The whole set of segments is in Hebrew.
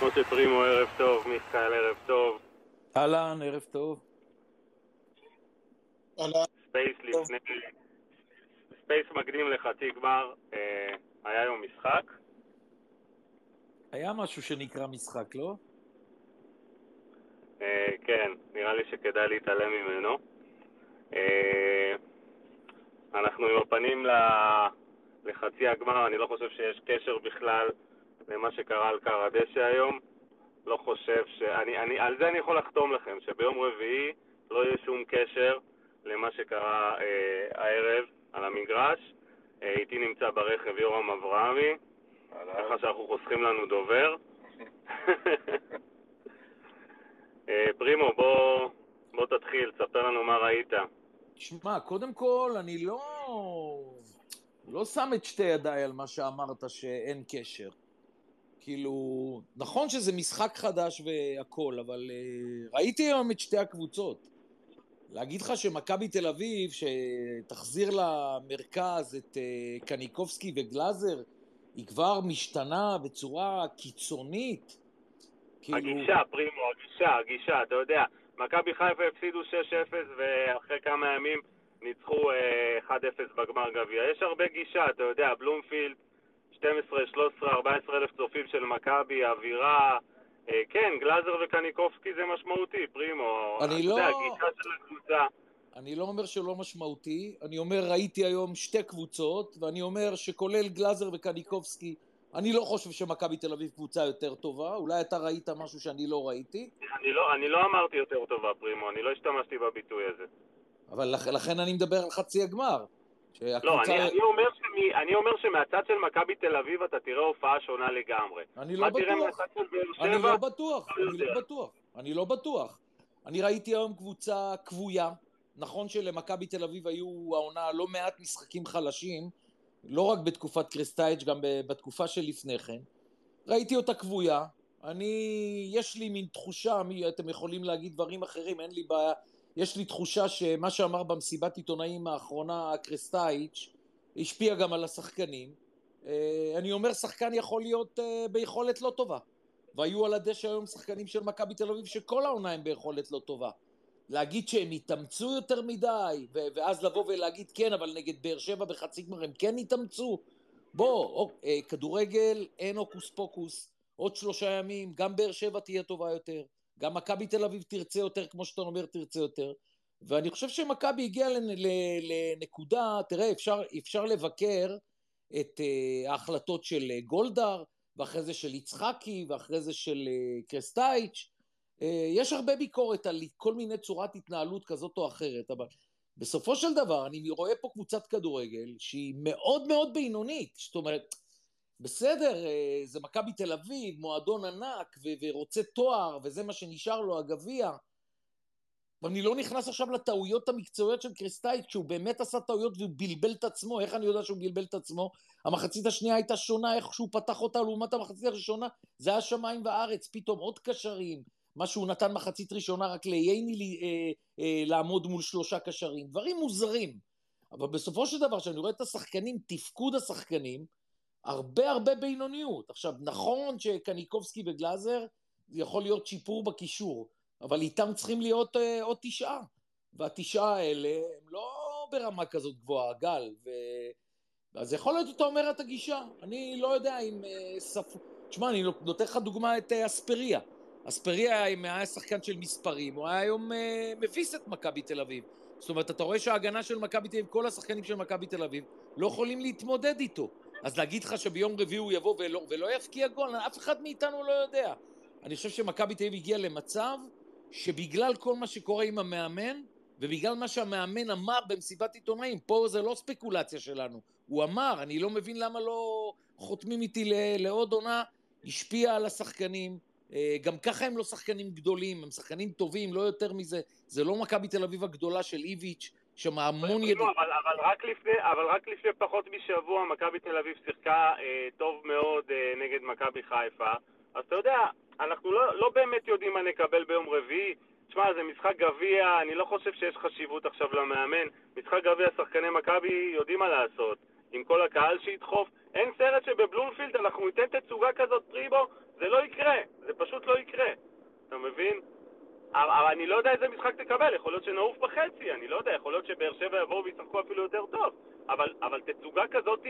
משה פרימו, ערב טוב, מיכאל, ערב טוב. אהלן, ערב טוב. ספייס לפני... ספייס מקדים לחצי גמר, היה היום משחק. היה משהו שנקרא משחק, לא? כן, נראה לי שכדאי להתעלם ממנו. אנחנו עם הפנים לחצי הגמר, אני לא חושב שיש קשר בכלל למה שקרה על קר הדשא היום. לא חושב על זה אני יכול לחתום לכם, שביום רביעי לא יהיה שום קשר למה שקרה הערב על המגרש. איתי נמצא ברכב יורם אברהמי, ככה שאנחנו חוסכים לנו דובר. פרימו, בוא תתחיל, תספר לנו מה ראית. תשמע, קודם כל, אני לא שם את שתי ידיי על מה שאמרת שאין קשר. כאילו, נכון שזה משחק חדש והכל, אבל ראיתי היום את שתי הקבוצות. להגיד לך שמכבי תל אביב, שתחזיר למרכז את קניקובסקי וגלאזר, היא כבר משתנה בצורה קיצונית. הגישה, פרימו, הגישה, אתה יודע, מכבי חיפה הפסידו 6-0 ואחרי כמה ימים ניצחו 1-0 בגמר גביע. יש הרבה גישה, אתה יודע, בלומפילד, 12, 13, 14 אלף צופים של מכבי, אווירה, כן, גלאזר וקניקובסקי זה משמעותי, פרימו, אתה יודע, הגישה של הקבוצה. אני לא אומר שלא משמעותי, אני אומר ראיתי היום שתי קבוצות, ואני אומר שכולל גלאזר וקניקובסקי, אני לא חושב שמכבי תל אביב קבוצה יותר טובה, אולי אתה ראית משהו שאני לא ראיתי. אני לא אמרתי יותר טובה, פרימו, אני לא השתמשתי בביטוי הזה. אבל לכן אני מדבר על חצי הגמר. לא, אני אומר שמהצד של מכבי תל אביב אתה תראה הופעה שונה לגמרי. אני לא בטוח. אני לא בטוח. אני ראיתי היום קבוצה קבויה. נכון שלמכבי תל אביב היו העונה לא מעט משחקים חלשים, לא רק בתקופת קרסטייץ', גם בתקופה שלפני כן. ראיתי אותה קבויה. יש לי מין תחושה, אתם יכולים להגיד דברים אחרים, אין לי בעיה. יש לי תחושה שמה שאמר במסיבת עיתונאים האחרונה קרסטייץ' השפיע גם על השחקנים. אני אומר שחקן יכול להיות ביכולת לא טובה, והיו על הדשא היום שחקנים של מכבי תל אביב שכל העונה הם ביכולת לא טובה. להגיד שהם יתאמצו יותר מדי, ואז לבוא ולהגיד כן, אבל נגד באר שבע בחצי גמר הם כן יתאמצו. כדורגל אין הוקוס פוקוס, עוד 3 ימים גם באר שבע תהיה טובה יותר, גם מכבי תל אביב תרצה יותר, כמו שאתה אומר תרצה יותר, ואני חושב שמכבי הגיעה לנקודה, תראה, אפשר לבקר את ההחלטות של גולדהר, ואחרי זה של יצחקי, ואחרי זה של קרסטייץ'. יש הרבה ביקורת על כל מיני צורת התנהלות כזאת או אחרת, אבל בסופו של דבר אני רואה פה קבוצת כדורגל שהיא מאוד מאוד בינונית, זאת אומרת, בסדר, זה מכבי תל אביב, מועדון ענק ורוצה תואר, וזה מה שנשאר לו, הגביע, ואני לא נכנס עכשיו לטעויות המקצועיות של קרסטייץ', כשהוא באמת עשה טעויות והוא בלבל את עצמו. איך אני יודע שהוא בלבל את עצמו? המחצית השנייה הייתה שונה, איך שהוא פתח אותה לעומת המחצית הראשונה, זה היה שמיים וארץ, פתאום עוד קשרים, מה שהוא נתן מחצית ראשונה רק לייני לעמוד מול 3 קשרים, דברים מוזרים. אבל בסופו של דבר, כשאני רואה את השחקנים, תפקוד השחקנים, הרבה הרבה בינוניות. עכשיו, נכון שקניקובסקי וגלאזר, זה יכול להיות שיפור בקישור, אבל איתם צריכים להיות עוד 9, וה9 האלה הם לא ברמה כזאת גבוהה, גל, אז יכול להיות אתה אומר את הגישה, אני לא יודע אם תשמע, אני נותן לך דוגמה את אספריה. אספריה היה שחקן של מספרים, הוא היה היום מביס את מכבי תל אביב. זאת אומרת, אתה רואה שההגנה של מכבי תל אביב, כל השחקנים של מכבי תל אביב, לא יכולים להתמודד איתו. אז להגיד לך שביום רביעי הוא יבוא ולא יפקיע גול, אף אחד מאיתנו לא יודע. אני חושב שמכבי תל אביב הגיע למצב שבגלל כל מה שקורה עם המאמן, ובגלל מה שהמאמן אמר במסיבת עיתונאים, פה זה לא ספקולציה שלנו, הוא אמר, אני לא מבין למה לא חותמים איתי לעוד עונה, השפיע על השחקנים, גם ככה הם לא שחקנים גדולים, הם שחקנים טובים, לא יותר מזה, זה לא מכבי תל אביב הגדולה של איביץ' שמאמון אבל רק לפני פחות משבוע מכבי תל אביב שיחקה טוב מאוד נגד מכבי חיפה, אז אתה יודע, אנחנו לא באמת יודעים מה נקבל ביום רביעי. תשמע, זה משחק גביע, אני לא חושב שיש חשיבות עכשיו למאמן. משחק גביע, שחקני מכבי יודעים מה לעשות, עם כל הקהל שידחוף. אין סרט שבבלומפילד אנחנו ניתן תצוגה כזאת, פריבו, זה לא יקרה, זה פשוט לא יקרה. אתה מבין? אבל אני לא יודע איזה משחק תקבל, יכול להיות שנעוף בחצי, אני לא יודע, יכול להיות שבאר שבע יבואו וישחקו אפילו יותר טוב, אבל תצוגה כזאת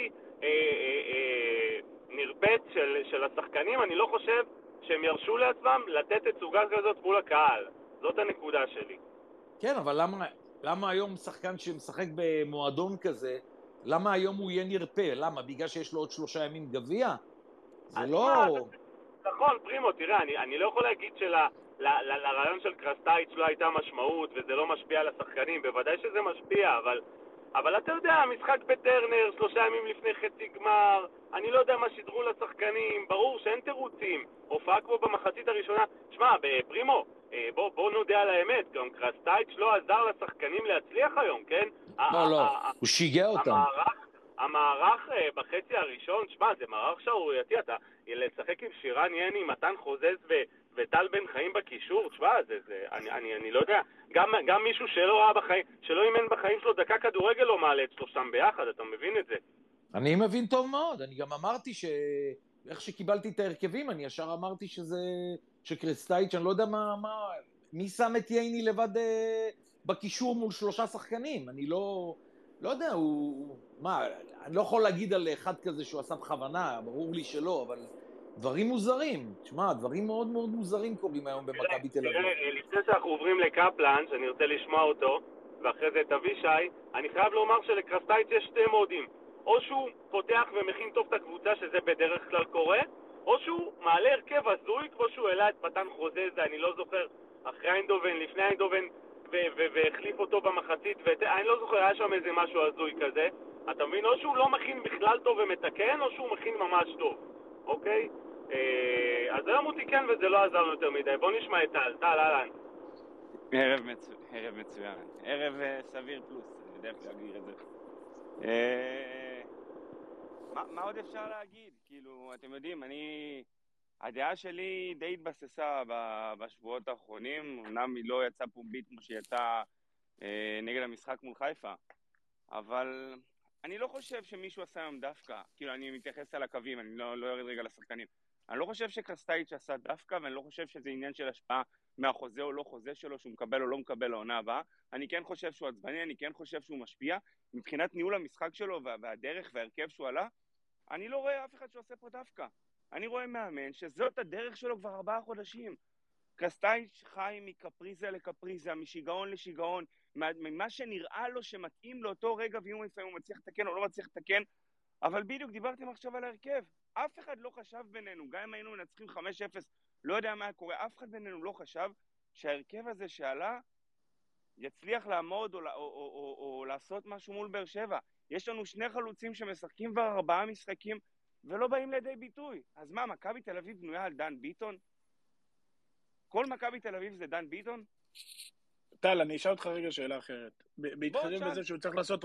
נרפאת של השחקנים, אני לא חושב שהם ירשו לעצמם לתת תצוגה כזאת מול הקהל. זאת הנקודה שלי. כן, אבל למה היום שחקן שמשחק במועדון כזה, למה היום הוא יהיה נרפה? למה? בגלל שיש לו עוד 3 ימים גביע? זה תשמע, לא... נכון, פרימו, תראה, אני לא יכול להגיד לרעיון של קרסטייץ' לא הייתה משמעות וזה לא משפיע על השחקנים, בוודאי שזה משפיע, אבל אתה יודע, המשחק בטרנר, 3 ימים לפני חצי גמר, אני לא יודע מה שידרו לשחקנים, ברור שאין תירוצים, הופעה כמו במחצית הראשונה, שמע, פרימו, בוא נודה על האמת, גם קרסטייץ' לא עזר לשחקנים להצליח היום, כן? לא, הוא שיגע אותם. המערך בחצי הראשון, שמע, זה מערך שערורייתי, אתה לשחק עם שירן יני, מתן חוזז וטל בן חיים בקישור, שמע, אני לא יודע, גם מישהו שלא ראה בחיים, שלא אימן בחיים שלו דקה כדורגל לא מעלה את שלושתם ביחד, אתה מבין את זה? אני מבין טוב מאוד, אני גם אמרתי איך שקיבלתי את ההרכבים, אני ישר אמרתי שקרסטייץ', אני לא יודע מי שם את ייני לבד בקישור מול 3 שחקנים, אני לא יודע, אני לא יכול להגיד על אחד כזה שהוא עשה בכוונה, ברור לי שלא, אבל דברים מוזרים, תשמע, דברים מאוד מאוד מוזרים קורים היום במכבי תל אביב. תראה, לפני שאנחנו עוברים לקפלן, שאני רוצה לשמוע אותו, ואחרי זה את אבישי, אני חייב לומר שלקרסטייץ' יש 2 מודים. או שהוא פותח ומכין טוב את הקבוצה, שזה בדרך כלל קורה, או שהוא מעלה הרכב הזוי, כמו שהוא העלה את מתן חוזז, אני לא זוכר, אחרי איינדובן, לפני איינדובן, והחליף אותו במחצית, אני לא זוכר, היה שם איזה משהו הזוי כזה. אתה מבין? או שהוא לא מכין בכלל טוב ומתקן, או שהוא מכין ממש טוב. אוקיי? אז היום הוא תיקן וזה לא עזר יותר מדי. בוא נשמע את טל. טל, אהלן. ערב מצוין. ערב סביר פלוס, אני יודע איך להגדיר את זה. מה עוד אפשר להגיד? כאילו, אתם יודעים, הדעה שלי די התבססה בשבועות האחרונים, אמנם היא לא יצאה פומבית כמו שיצאה נגד המשחק מול חיפה, אבל אני לא חושב שמישהו עשה היום דווקא, כאילו אני מתייחס על הקווים, אני לא יורד רגע לשחקנים. אני לא חושב שקרסטייץ' עשה דווקא, ואני לא חושב שזה עניין של השפעה מהחוזה או לא חוזה שלו, שהוא מקבל או לא מקבל לעונה הבאה. אני כן חושב שהוא עצבני, אני כן חושב שהוא משפיע. מבחינת ניהול המשחק שלו והדרך והרכב שהוא עלה, אני לא רואה אף אחד שעושה פה דווקא. אני רואה מאמן שזאת הדרך שלו כבר 4 חודשים. קרסטייץ' חי מקפריזה לקפריזה, משיגעון לשיגעון, ממה שנראה לו שמתאים לאותו רגע, ואם לפעמים הוא מצליח לתקן או לא מצליח לתקן, אבל בדיוק דיברתם עכשיו על ההרכב. אף אחד לא חשב בינינו, גם אם היינו מנצחים 5-0, לא יודע מה קורה, אף אחד בינינו לא חשב שההרכב הזה שעלה יצליח לעמוד או לעשות משהו מול באר שבע. יש לנו 2 חלוצים שמשחקים כבר 4 משחקים ולא באים לידי ביטוי. אז מה, מכבי תל אביב בנויה על דן ביטון? כל מכבי תל אביב זה דן ביטון? טל, אני אשאל אותך רגע שאלה אחרת. בהתחשב בזה שהוא צריך לעשות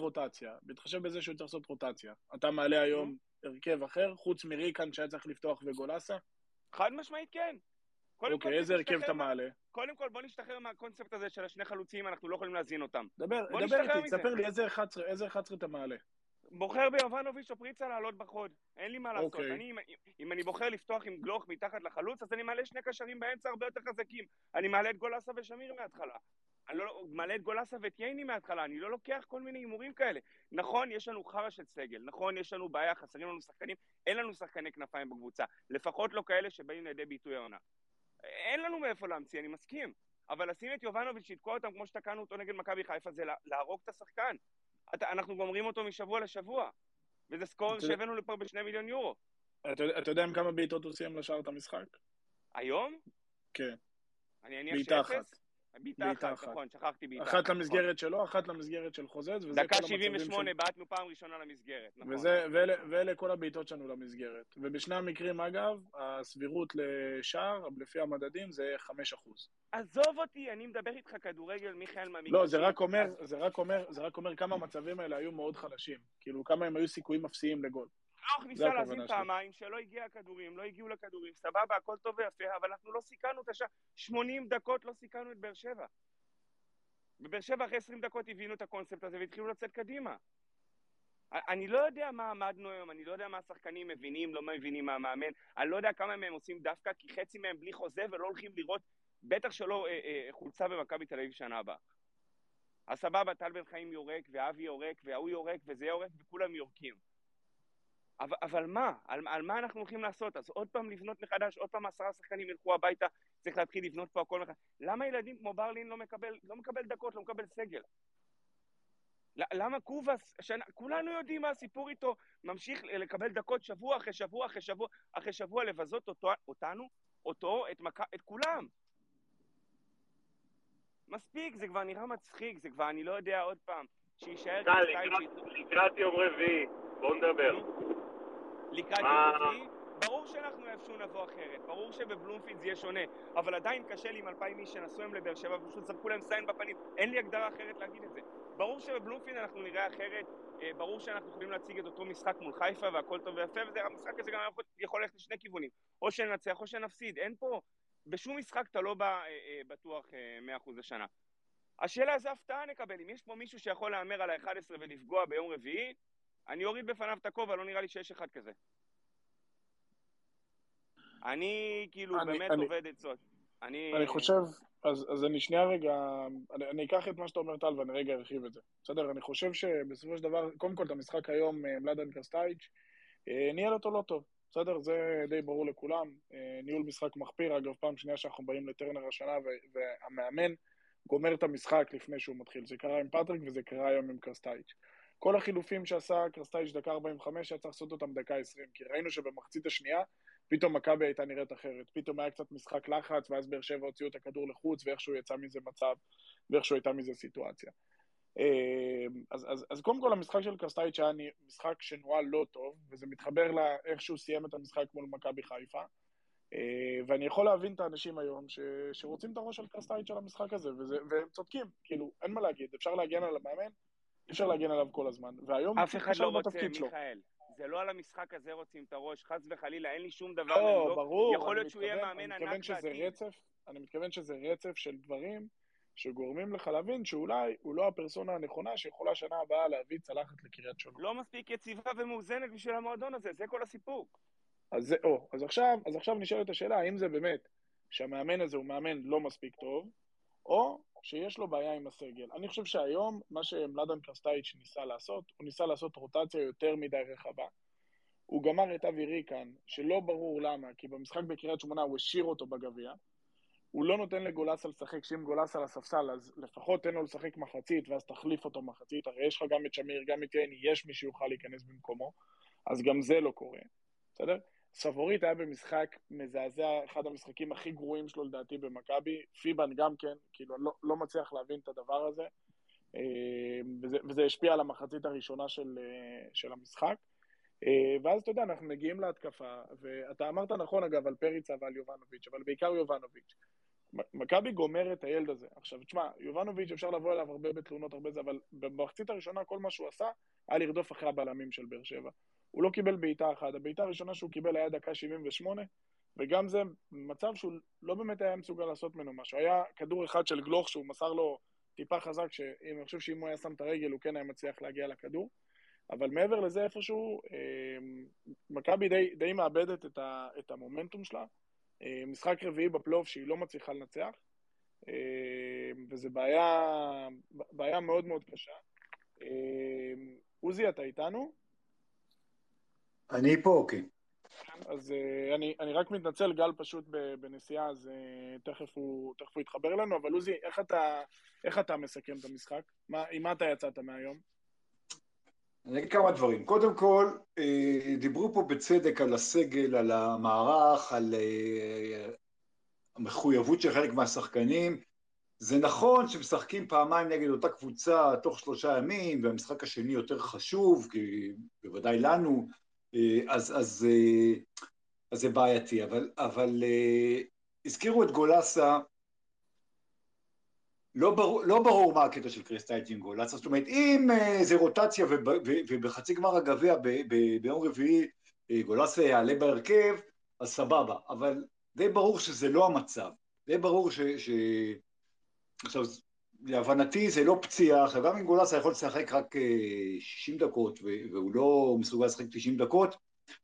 רוטציה, אתה מעלה היום הרכב אחר, חוץ מריקן שהיה צריך לפתוח וגולסה? חד משמעית כן. אוקיי, איזה הרכב אתה מעלה? קודם כל בוא נשתחרר מהקונספט הזה של 2 חלוצים, אנחנו לא יכולים להזין אותם. דבר איתי, תספר לי איזה 11 אתה מעלה. בוחר ביובנוביץ' או פריצה לעלות בחוד, אין לי מה לעשות. אם אני בוחר לפתוח עם גלוך מתחת לחלוץ, אז אני מעלה 2 קשרים באמצע הרבה יותר חזקים. אני מעלה את גולסה ושמיר מההתחלה. אני לא מעלה את גולסה ואת ייני מההתחלה, אני לא לוקח כל מיני הימורים כאלה. נכון, יש לנו חרא של סגל, נכון, יש לנו בעיה, חסרים לנו שחקנים, אין לנו שחקני כנפיים בקבוצה, לפחות לא כאלה שבאים לידי ביטוי העונה. אין לנו מאיפה להמציא, אני מסכים, אבל לשים את יובנוביץ' לתקוע אותם כמו שתקענו אותו נגד מכבי חיפה, זה להרוג את השחקן. אנחנו גומרים אותו משבוע לשבוע, וזה סקור שהבאנו לפה ב2 מיליון יורו. אתה יודע עם כמה בעיטות הוא סיים לשאר את המשחק? היום? כן. אני אניח שאפס? בעיטה אחת, נכון, שכחתי בעיטה. אחת למסגרת שלו, אחת למסגרת של חוזז. דקה 78, בעטנו פעם ראשונה למסגרת, נכון. ואלה כל הבעיטות שלנו למסגרת. ובשני המקרים, אגב, הסבירות לשער, לפי המדדים, זה 5%. עזוב אותי, אני מדבר איתך כדורגל, מיכאל מהמגרשים. לא, זה רק אומר כמה המצבים האלה היו מאוד חלשים. כאילו, כמה הם היו סיכויים אפסיים לגול. לא, ניסה להזין פעמיים, שלא הגיע הכדורים, לא הגיעו לכדורים, סבבה, הכל טוב ויפה, אבל אנחנו לא סיכנו את השעה, 80 דקות לא סיכנו את באר שבע. בבאר שבע אחרי 20 דקות הבינו את הקונספט הזה והתחילו לצאת קדימה. אני לא יודע מה עמדנו היום, אני לא יודע מה השחקנים מבינים, לא מבינים מה המאמן, אני לא יודע כמה מהם עושים דווקא, כי חצי מהם בלי חוזה ולא הולכים לראות, בטח שלא חולצה במכבי תל אביב שנה הבאה. אז סבבה, טל בן חיים יורק, ואבי יורק, והוא יורק, וזה יורק, וכולם יורקים. אבל מה? על מה אנחנו הולכים לעשות? אז עוד פעם לבנות מחדש, עוד פעם 10 שחקנים ילכו הביתה, צריך להתחיל לבנות פה הכל מחדש. למה ילדים כמו ברלין לא מקבל דקות, לא מקבל סגל? למה קובס, כולנו יודעים מה הסיפור איתו, ממשיך לקבל דקות שבוע אחרי שבוע אחרי שבוע אחרי שבוע, לבזות אותנו, אותו, את כולם. מספיק, זה כבר נראה מצחיק, זה כבר, אני לא יודע, עוד פעם, שישאר קסטייצ'י. לקראת יום רביעי, בואו נדבר. לקראת יום רביעי, ברור שאנחנו איפשהו נבוא אחרת, ברור שבבלומפילד זה יהיה שונה, אבל עדיין קשה לי עם 2,000 איש שנסו הם לבאר שבע, ופשוט זרקו להם סיין בפנים, אין לי הגדרה אחרת להגיד את זה. ברור שבבלומפילד אנחנו נראה אחרת, ברור שאנחנו יכולים להציג את אותו משחק מול חיפה והכל טוב ויפה, והמשחק הזה גם יכול ללכת לשני כיוונים, או שננצח או שנפסיד, אין פה, בשום משחק אתה לא בטוח 100% השנה. השאלה זה הפתעה נקבל, אם יש פה מישהו שיכול לאמר על ה-11 ולפגוע ביום רביעי, אני אוריד בפניו את הכובע, לא נראה לי שיש אחד כזה. אני כאילו באמת עובד עצות. אני חושב, אז אני שנייה רגע, אני אקח את מה שאתה אומר טל ואני רגע ארחיב את זה. בסדר, אני חושב שבסופו של דבר, קודם כל את המשחק היום, מלאדן קרסטייץ', ניהל אותו לא טוב. בסדר, זה די ברור לכולם. ניהול משחק מחפיר, אגב, פעם שנייה שאנחנו באים לטרנר השנה, והמאמן גומר את המשחק לפני שהוא מתחיל. זה קרה עם פטריק וזה קרה היום עם קרסטייץ'. כל החילופים שעשה קרסטייץ' דקה 45, היה צריך לעשות אותם דקה 20, כי ראינו שבמחצית השנייה, פתאום מכבי הייתה נראית אחרת, פתאום היה קצת משחק לחץ, ואז באר שבע הוציאו את הכדור לחוץ, ואיכשהו יצא מזה מצב, ואיכשהו הייתה מזה סיטואציה. אז קודם כל המשחק של קרסטייץ' היה משחק שנועל לא טוב, וזה מתחבר לאיכשהו סיים את המשחק מול מכבי חיפה, ואני יכול להבין את האנשים היום שרוצים את הראש של קרסטייץ' על המשחק הזה, והם צודקים, כאילו, אין מה להגיד, אפשר להגן על המאמן, אפשר להגן עליו כל הזמן, והיום אף אחד לא רוצה, מיכאל. זה לא על המשחק הזה רוצים את הראש, חס וחלילה, אין לי שום דבר. לא, ברור, יכול להיות שהוא יהיה מאמן ענק בעתיד. אני מתכוון שזה רצף של דברים שגורמים לך להבין שאולי הוא לא הפרסונה הנכונה שיכולה שנה הבאה להביא צלחת לקריית שמונה. לא מספיק יציבה ומאוזנת בשביל המועדון הזה, זה כל הסיפור. אז עכשיו נשאלת השאלה, האם זה באמת שהמאמן הזה הוא מאמן לא מספיק טוב, או שיש לו בעיה עם הסגל. אני חושב שהיום, מה שמלאדן קרסטייץ' ניסה לעשות, הוא ניסה לעשות רוטציה יותר מדי רחבה. הוא גמר את אבי ריקן, שלא ברור למה, כי במשחק בקריית שמונה הוא השאיר אותו בגביע. הוא לא נותן לגולסה לשחק, שאם גולסה על הספסל, אז לפחות תן לו לשחק מחצית, ואז תחליף אותו מחצית. הרי יש לך גם את שמיר, גם את ייני, יש מי שיוכל להיכנס במקומו, אז גם זה לא קורה. בסדר? סבורית היה במשחק מזעזע, אחד המשחקים הכי גרועים שלו לדעתי במכבי, פיבן גם כן, כאילו לא מצליח להבין את הדבר הזה, וזה השפיע על המחצית הראשונה של המשחק, ואז אתה יודע, אנחנו מגיעים להתקפה, ואתה אמרת נכון אגב על פריצה ועל יובנוביץ', אבל בעיקר יובנוביץ'. מכבי גומר את הילד הזה. עכשיו, תשמע, יובנוביץ' אפשר לבוא אליו הרבה בתלונות, הרבה זה, אבל במחצית הראשונה כל מה שהוא עשה, היה לרדוף אחרי הבלמים של באר שבע. הוא לא קיבל בעיטה אחת. הבעיטה הראשונה שהוא קיבל היה דקה 78, וגם זה מצב שהוא לא באמת היה מסוגל לעשות ממנו משהו. היה כדור אחד של גלוך שהוא מסר לו טיפה חזק, אני חושב שאם הוא היה שם את הרגל, הוא כן היה מצליח להגיע לכדור. אבל מעבר לזה, איפשהו, מכבי די מאבדת את המומנטום שלה. משחק רביעי בפלייאוף שהיא לא מצליחה לנצח, וזה בעיה מאוד מאוד קשה. עוזי, אתה איתנו? אני פה, אוקיי. אז אני רק מתנצל, גל פשוט בנסיעה, אז תכף הוא יתחבר לנו, אבל עוזי, איך אתה מסכם את המשחק? עם מה אתה יצאת מהיום? אני אגיד כמה דברים. קודם כל, דיברו פה בצדק על הסגל, על המערך, על המחויבות של חלק מהשחקנים. זה נכון שמשחקים פעמיים נגד אותה קבוצה תוך 3 ימים, והמשחק השני יותר חשוב, כי בוודאי לנו, אז זה בעייתי. אבל הזכירו את גולסה, לא ברור מה הקטע של קרסטייץ' עם גולסה, זאת אומרת, אם זה רוטציה ובחצי גמר הגביע ביום רביעי גולסה יעלה בהרכב, אז סבבה, אבל די ברור שזה לא המצב, די ברור עכשיו, להבנתי זה לא פציעה, עכשיו גם אם גולסה יכול לשחק רק 60 דקות, והוא לא מסוגל לשחק 90 דקות,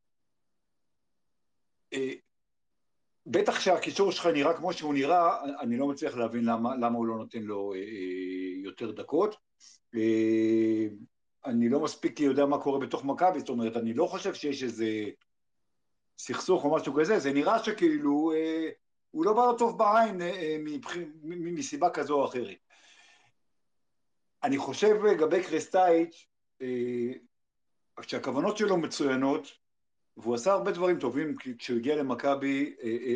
בטח שהקישור שלך נראה כמו שהוא נראה, אני לא מצליח להבין למה הוא לא נותן לו יותר דקות. אני לא מספיק יודע מה קורה בתוך מכבי, זאת אומרת, אני לא חושב שיש איזה סכסוך או משהו כזה, זה נראה שכאילו הוא לא בא לו טוב בעין מסיבה כזו או אחרת. אני חושב לגבי קרסטייץ', כשהכוונות שלו מצוינות, והוא עשה הרבה דברים טובים כשהוא הגיע למכבי,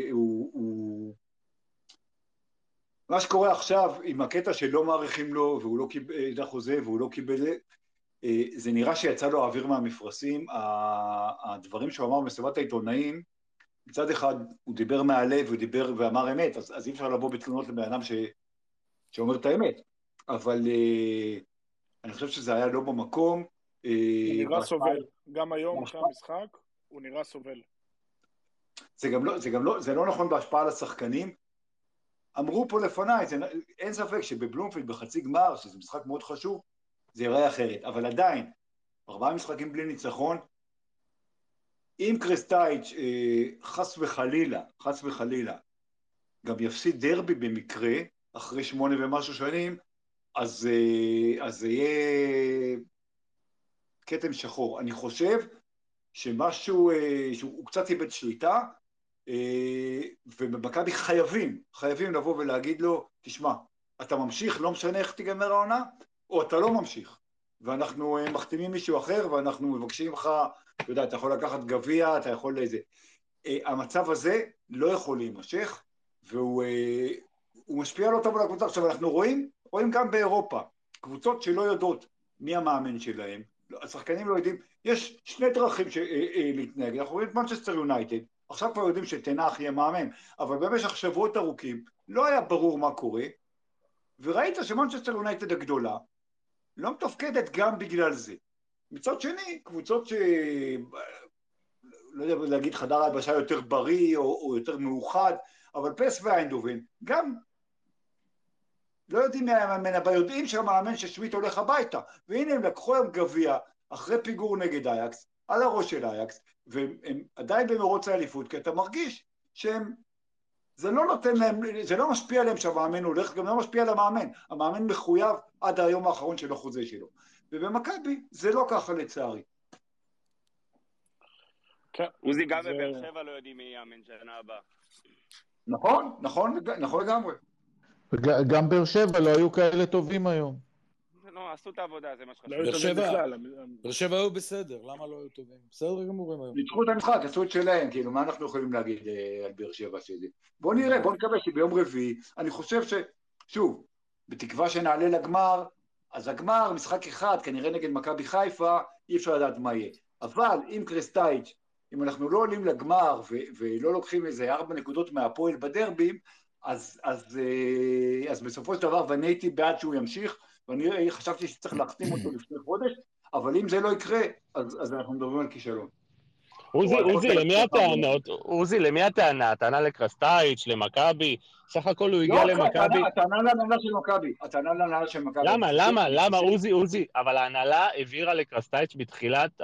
מה שקורה עכשיו עם הקטע שלא מעריכים לו, והוא לא קיבל החוזה, והוא לא קיבל, זה נראה שיצא לו האוויר מהמפרשים, הדברים שהוא אמר במסיבת העיתונאים, מצד אחד הוא דיבר מהלב, הוא דיבר ואמר אמת, אז אי אפשר לבוא בתלונות לבן אדם שאומר את האמת, אבל אני חושב שזה היה לא במקום. הוא נראה סובל, גם היום אחרי המשחק, הוא נראה סובל. זה לא נכון בהשפעה על השחקנים. אמרו פה לפניי, אין ספק שבבלומפילד בחצי גמר, שזה משחק מאוד חשוב, זה יראה אחרת, אבל עדיין, 4 משחקים בלי ניצחון, אם קרסטייץ' חס וחלילה, גם יפסיד דרבי במקרה, אחרי 8 ומשהו שנים, אז זה יהיה כתם שחור. אני חושב שמשהו, שהוא קצת איבד שליטה, ובמכבי חייבים לבוא ולהגיד לו, תשמע, אתה ממשיך, לא משנה איך תיגמר העונה, או אתה לא ממשיך, ואנחנו מחתימים מישהו אחר, ואנחנו מבקשים לך, אתה יודע, אתה יכול לקחת גביע, אתה יכול איזה. המצב הזה לא יכול להימשך, והוא משפיע לא טוב על הקבוצה. עכשיו אנחנו רואים גם באירופה, קבוצות שלא יודעות מי המאמן שלהם, השחקנים לא יודעים, יש 2 דרכים להתנהג, אנחנו רואים את מנצ'סטר יונייטד, עכשיו כבר יודעים שתנח יהיה מאמן, אבל במשך שבועות ארוכים לא היה ברור מה קורה, וראית שמנצ'סטר יונייטד הגדולה לא מתפקדת גם בגלל זה. מצד שני, קבוצות לא יודע להגיד חדר היבשה יותר בריא או יותר מאוחד, אבל פס ואיינדובן גם לא יודעים מי המאמן, אבל יודעים שהמאמן ששוויט הולך הביתה, והנה הם לקחו הם גביע אחרי פיגור נגד אייקס, על הראש של אייקס, והם עדיין במרוץ האליפות, כי אתה מרגיש זה לא נותן להם, זה לא משפיע עליהם שהמאמן הולך, גם לא משפיע על המאמן, המאמן מחויב עד היום האחרון של החוזה שלו, ובמכבי זה לא ככה לצערי. עוזי, גם בבאר שבע לא יודעים מי יאמן שנה הבאה. נכון לגמרי. גם באר שבע לא היו כאלה טובים היום. לא, עשו את העבודה, זה מה שחשוב. באר שבע היו בסדר, למה לא היו טובים? בסדר גמורים היום. ניצחו את המשחק, עשו את שלהם, כאילו, מה אנחנו יכולים להגיד על באר שבע שלי? בוא נראה, בוא נקווה שביום רביעי, אני חושב שוב, בתקווה שנעלה לגמר, אז הגמר, משחק אחד, כנראה נגד מכבי חיפה, אי אפשר לדעת מה יהיה. אבל אם קרסטייץ', אם אנחנו לא עולים לגמר ולא לוקחים איזה 4 נקודות מהפועל בדרבים, אז בסופו של דבר, ואני הייתי בעד שהוא ימשיך, ואני חשבתי שצריך להחתים אותו לפני חודש, אבל אם זה לא יקרה, אז אנחנו מדברים על כישלון. עוזי, למי הטענות? עוזי, למי הטענה? הטענה לקרסטייץ', למכבי? סך הכל הוא הגיע למכבי. הטענה להנהלה של מכבי. למה? עוזי, אבל ההנהלה העבירה לקרסטייץ' בתחילת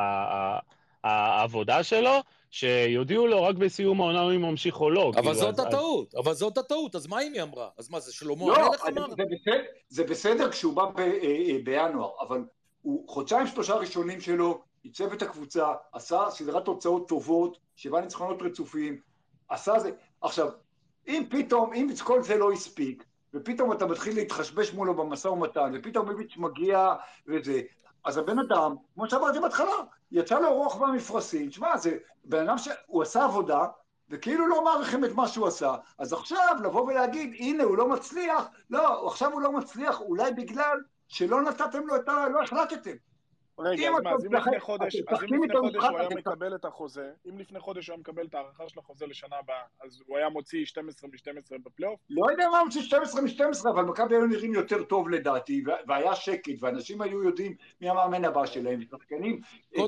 העבודה שלו, שיודיעו לו רק בסיום העונה אם הוא ממשיך או לא. אבל זאת הטעות, אז מה אם היא אמרה? אז מה, זה שלמה המלך אמר? זה בסדר כשהוא בא בינואר, אבל הוא 2-3 ראשונים שלו, ייצב את הקבוצה, עשה סדרת תוצאות טובות, 7 ניצחונות רצופים, עשה זה. עכשיו, אם כל זה לא הספיק, ופתאום אתה מתחיל להתחשבש מולו במשא ומתן, ופתאום איביץ' מגיע וזה, אז הבן אדם, כמו שאמרתי בהתחלה, יצא לו רוח מהמפרשים, תשמע, זה בן אדם שהוא עשה עבודה, וכאילו לא מעריכים את מה שהוא עשה, אז עכשיו לבוא ולהגיד, הנה הוא לא מצליח, לא, עכשיו הוא לא מצליח, אולי בגלל שלא נתתם לו לא החלטתם. רגע, אז אם לפני חודש הוא היה מקבל את החוזה, אם לפני חודש הוא היה מקבל את הערכה של החוזה לשנה הבאה, אז הוא היה מוציא 12 מ-12 בפלייאוף? לא יודע מה מוציא 12 מ-12, אבל מכבי היו נראים יותר טוב לדעתי, והיה שקט, ואנשים היו יודעים מי המאמן הבא שלהם, ושחקנים,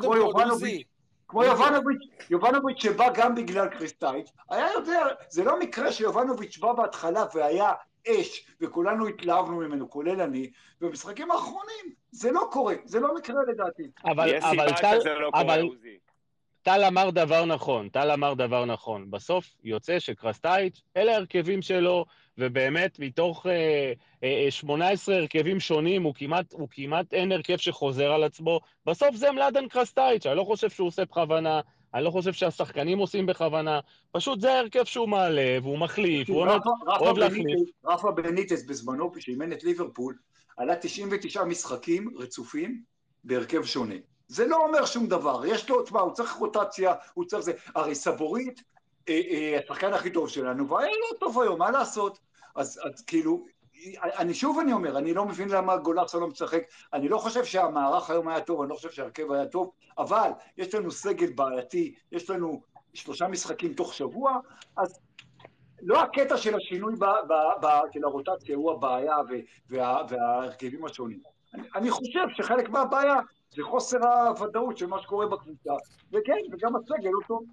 כמו יובנוביץ' שבא גם בגלל קרסטייץ', היה יודע, זה לא מקרה שיובנוביץ' בא בהתחלה והיה אש, וכולנו התלהבנו ממנו, כולל אני, ובמשחקים האחרונים זה לא קורה, זה לא מקרה לדעתי. יש סיבה שזה לא קורה, עוזי. טל אמר דבר נכון. בסוף יוצא שקרסטייץ', אלה הרכבים שלו, ובאמת מתוך 18 הרכבים שונים, הוא כמעט אין הרכב שחוזר על עצמו. בסוף זה מלאדן קרסטייץ', אני לא חושב שהוא עושה בכוונה, אני לא חושב שהשחקנים עושים בכוונה, פשוט זה ההרכב שהוא מעלה, והוא מחליף, הוא אוהב להחליף. רפה בניטס בזמנו, שאימן את ליברפול, עלה 99 משחקים רצופים בהרכב שונה. זה לא אומר שום דבר, יש לו, תשמע, הוא צריך רוטציה, הוא צריך זה, הרי סבורית, השחקן הכי טוב שלנו, והיה לא טוב היום, מה לעשות? אז כאילו, אני אומר, אני לא מבין למה גולאסו לא משחק, אני לא חושב שהמערך היום היה טוב, אני לא חושב שהרכב היה טוב, אבל יש לנו סגל בעייתי, יש לנו 3 משחקים תוך שבוע, אז לא הקטע של השינוי של הרוטציה הוא הבעיה וההרכבים השונים. אני חושב שחלק מהבעיה זה חוסר הוודאות של מה שקורה בקבוצה, וכן, וגם הסגל הוא טוב.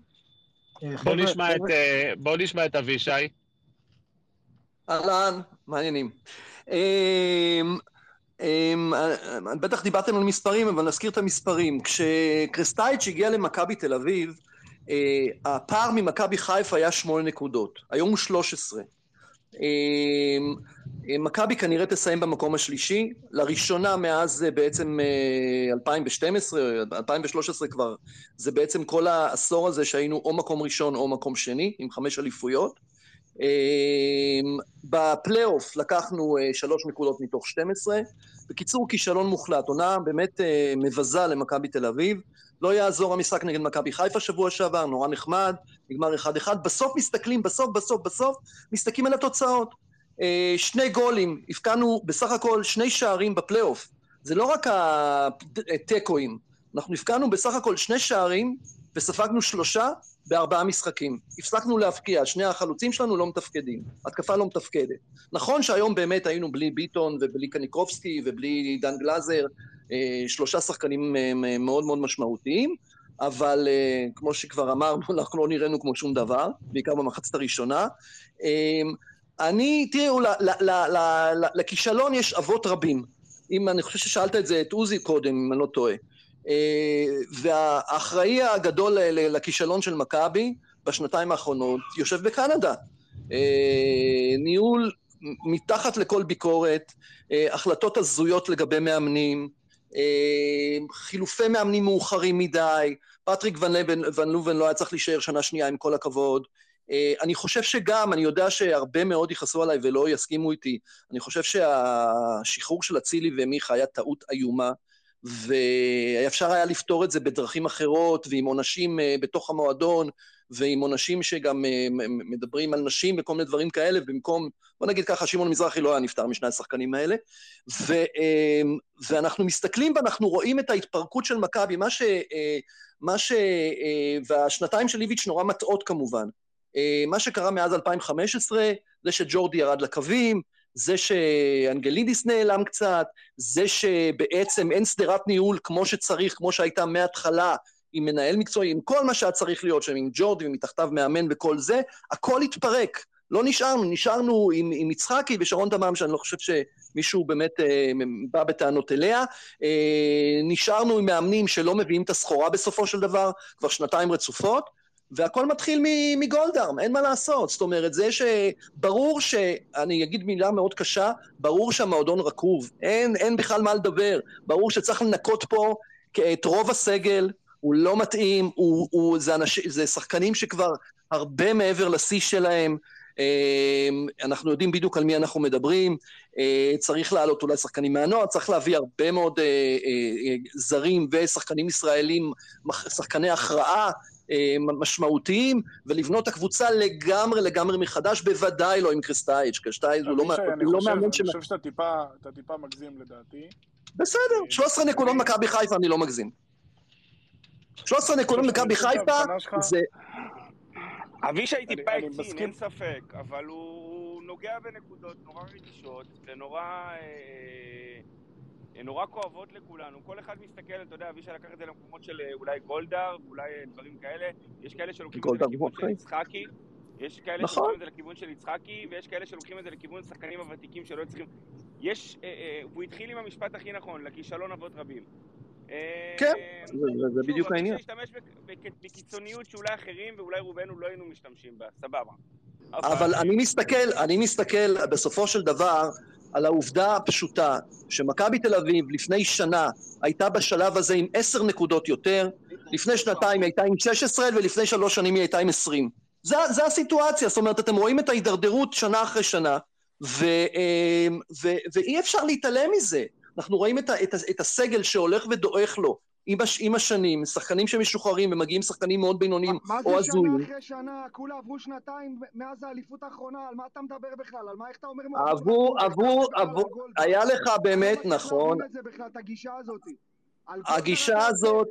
בוא נשמע את אבישי. אהלן, מעניינים. בטח דיברתם על מספרים, אבל נזכיר את המספרים. כשקרסטייץ' הגיע למכבי תל אביב, הפער ממכבי חיפה היה 8 נקודות, היום הוא 13. מכבי כנראה תסיים במקום השלישי, לראשונה מאז בעצם 2012, 2013 כבר, זה בעצם כל העשור הזה שהיינו או מקום ראשון או מקום שני, עם 5 אליפויות. בפלייאוף לקחנו 3 נקודות מתוך 12, בקיצור כישלון מוחלט, עונה באמת מבזה למכבי תל אביב, לא יעזור המשחק נגד מכבי חיפה שבוע שעבר, נורא נחמד, נגמר 1-1, בסוף מסתכלים, בסוף מסתכלים על התוצאות, 2 גולים, הפקענו בסך הכל 2 שערים בפלייאוף, זה לא רק הטקואים, אנחנו הפקענו בסך הכל 2 שערים, וספגנו 3 ב4 משחקים. הפסקנו להפקיע, 2 החלוצים שלנו לא מתפקדים, התקפה לא מתפקדת. נכון שהיום באמת היינו בלי ביטון ובלי קניקובסקי ובלי דן גלאזר, 3 שחקנים מאוד מאוד משמעותיים, אבל כמו שכבר אמרנו, אנחנו לא נראינו כמו שום דבר, בעיקר במחצית הראשונה. תראו, לכישלון יש אבות רבים. אני חושב ששאלת את זה את עוזי קודם, אם אני לא טועה. והאחראי הגדול לכישלון של מכבי בשנתיים האחרונות יושב בקנדה. ניהול מתחת לכל ביקורת, החלטות הזויות לגבי מאמנים, חילופי מאמנים מאוחרים מדי, פטריק ון לובן לא היה צריך להישאר שנה שנייה עם כל הכבוד. אני חושב שגם, אני יודע שהרבה מאוד יכעסו עליי ולא יסכימו איתי, אני חושב שהשחרור של אצילי ומיכה היה טעות איומה, ואפשר היה לפתור את זה בדרכים אחרות, ועם עונשים בתוך המועדון, ועם עונשים שגם מדברים על נשים וכל מיני דברים כאלה, במקום, בוא נגיד ככה, שמעון מזרחי לא היה נפטר משני השחקנים האלה, ואנחנו מסתכלים ואנחנו רואים את ההתפרקות של מכבי, והשנתיים של ליביץ' נורא מטעות כמובן, מה שקרה מאז 2015, זה שג'ורדי ירד לקווים, זה שאנגלידיס נעלם קצת, זה שבעצם אין סדרת ניהול כמו שצריך, כמו שהייתה מההתחלה, עם מנהל מקצועי, עם כל מה שהיה צריך להיות שם, עם ג'ורדי ומתחתיו מאמן וכל זה, הכל התפרק, לא נשארנו עם יצחקי ושרון תמם, שאני לא חושב שמישהו באמת בא בטענות אליה, נשארנו עם מאמנים שלא מביאים את הסחורה בסופו של דבר, כבר 2 רצופות, והכל מתחיל מגולדהר, אין מה לעשות, זאת אומרת, זה שברור אני אגיד מילה מאוד קשה, ברור שהמועדון רקוב, אין בכלל מה לדבר, ברור שצריך לנקות פה את רוב הסגל, הוא לא מתאים, זה שחקנים שכבר הרבה מעבר לשיא שלהם, אנחנו יודעים בדיוק על מי אנחנו מדברים, צריך לעלות אולי שחקנים מהנוער, צריך להביא הרבה מאוד זרים ושחקנים ישראלים, שחקני הכרעה, משמעותיים, ולבנות הקבוצה לגמרי מחדש, בוודאי לא עם קרסטייץ' הוא לא מאמן אני חושב שאתה טיפה מגזים לדעתי. בסדר, 13 נקודות מכבי חיפה אני לא מגזים. 13 נקודות מכבי חיפה זה... אבישי טיפה הקצין, אין ספק, אבל הוא נוגע בנקודות נורא רגישות ונורא כואבות לכולנו. כל אחד מסתכל, אתה יודע, אבישי לקח את זה למקומות של אולי גולדהר, אולי דברים כאלה. יש כאלה שלוקחים את זה לכיוון של יצחקי. יש כאלה נכון. שלוקחים את זה לכיוון של יצחקי, ויש כאלה שלוקחים את זה לכיוון שחקנים הוותיקים שלא צריכים... הוא התחיל עם המשפט הכי נכון, לכישלון אבות רבים. כן, זה בדיוק העניין. שוב, להשתמש בקיצוניות שאולי אחרים ואולי רובנו לא היינו משתמשים בה, סבבה. אבל אני מסתכל בסופו של דבר על העובדה הפשוטה שמכבי תל אביב לפני שנה הייתה בשלב הזה עם 10 נקודות יותר, לפני שנתיים היא הייתה עם 16 ולפני 3 שנים היא הייתה עם 20. זה הסיטואציה, זאת אומרת אתם רואים את ההידרדרות שנה אחרי שנה ואי אפשר להתעלם מזה. אנחנו רואים את הסגל שהולך ודועך לו עם השנים, שחקנים שמשוחררים ומגיעים שחקנים מאוד בינוניים או הזויים. מה זה שנה אחרי שנה? כולה עברו שנתיים מאז האליפות האחרונה, על מה אתה מדבר בכלל? על מה, איך אתה אומר? היה לך באמת נכון. את הגישה הזאת. הגישה הזאת,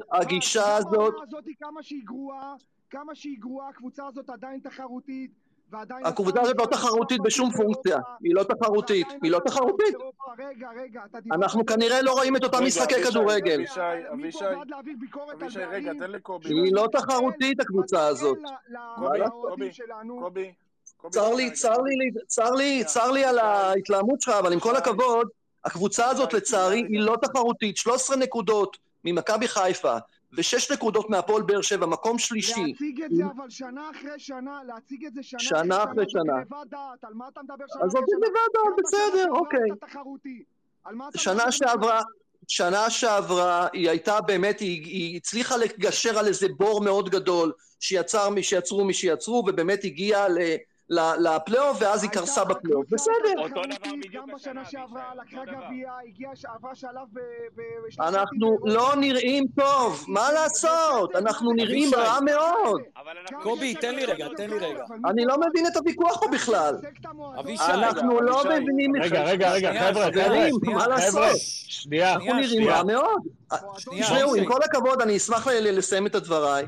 כמה שהיא גרועה, הקבוצה הזאת עדיין תחרותית, הקבוצה הזאת לא תחרותית בשום פונקציה, היא לא תחרותית. רגע, אנחנו כנראה לא רואים את אותם משחקי כדורגל. אבישי, רגע, תן לקובי. היא לא תחרותית הקבוצה הזאת. קובי. צר לי על ההתלהמות שלך, אבל עם כל הכבוד, הקבוצה הזאת לצערי היא לא תחרותית. 13 נקודות ממכבי חיפה, ו6 נקודות מהפועל באר שבע, מקום שלישי. להציג את זה אבל שנה אחרי שנה, להציג את זה שנה אחרי שנה. זה לבד דעת, על מה אתה מדבר שנה אחרי שנה? אז זה לבד דעת, בסדר, אוקיי. שנה שעברה היא הייתה באמת, היא הצליחה לגשר על איזה בור מאוד גדול, שיצרו מי שיצרו, ובאמת הגיעה לפלייאוף, ואז היא קרסה בפלייאוף. בסדר. אותו דבר בדיוק גם בשנה שעברה, לקחה גביע, עברה שלב אנחנו לא נראים טוב, מה לעשות? אנחנו נראים רע מאוד. קובי, תן לי רגע. אני לא מבין את הוויכוח פה בכלל. אנחנו לא מבינים... רגע, חבר'ה, מה לעשות? שנייה. אנחנו נראים רע מאוד. תשמעו, עם כל הכבוד, אני אשמח לסיים את הדבריי.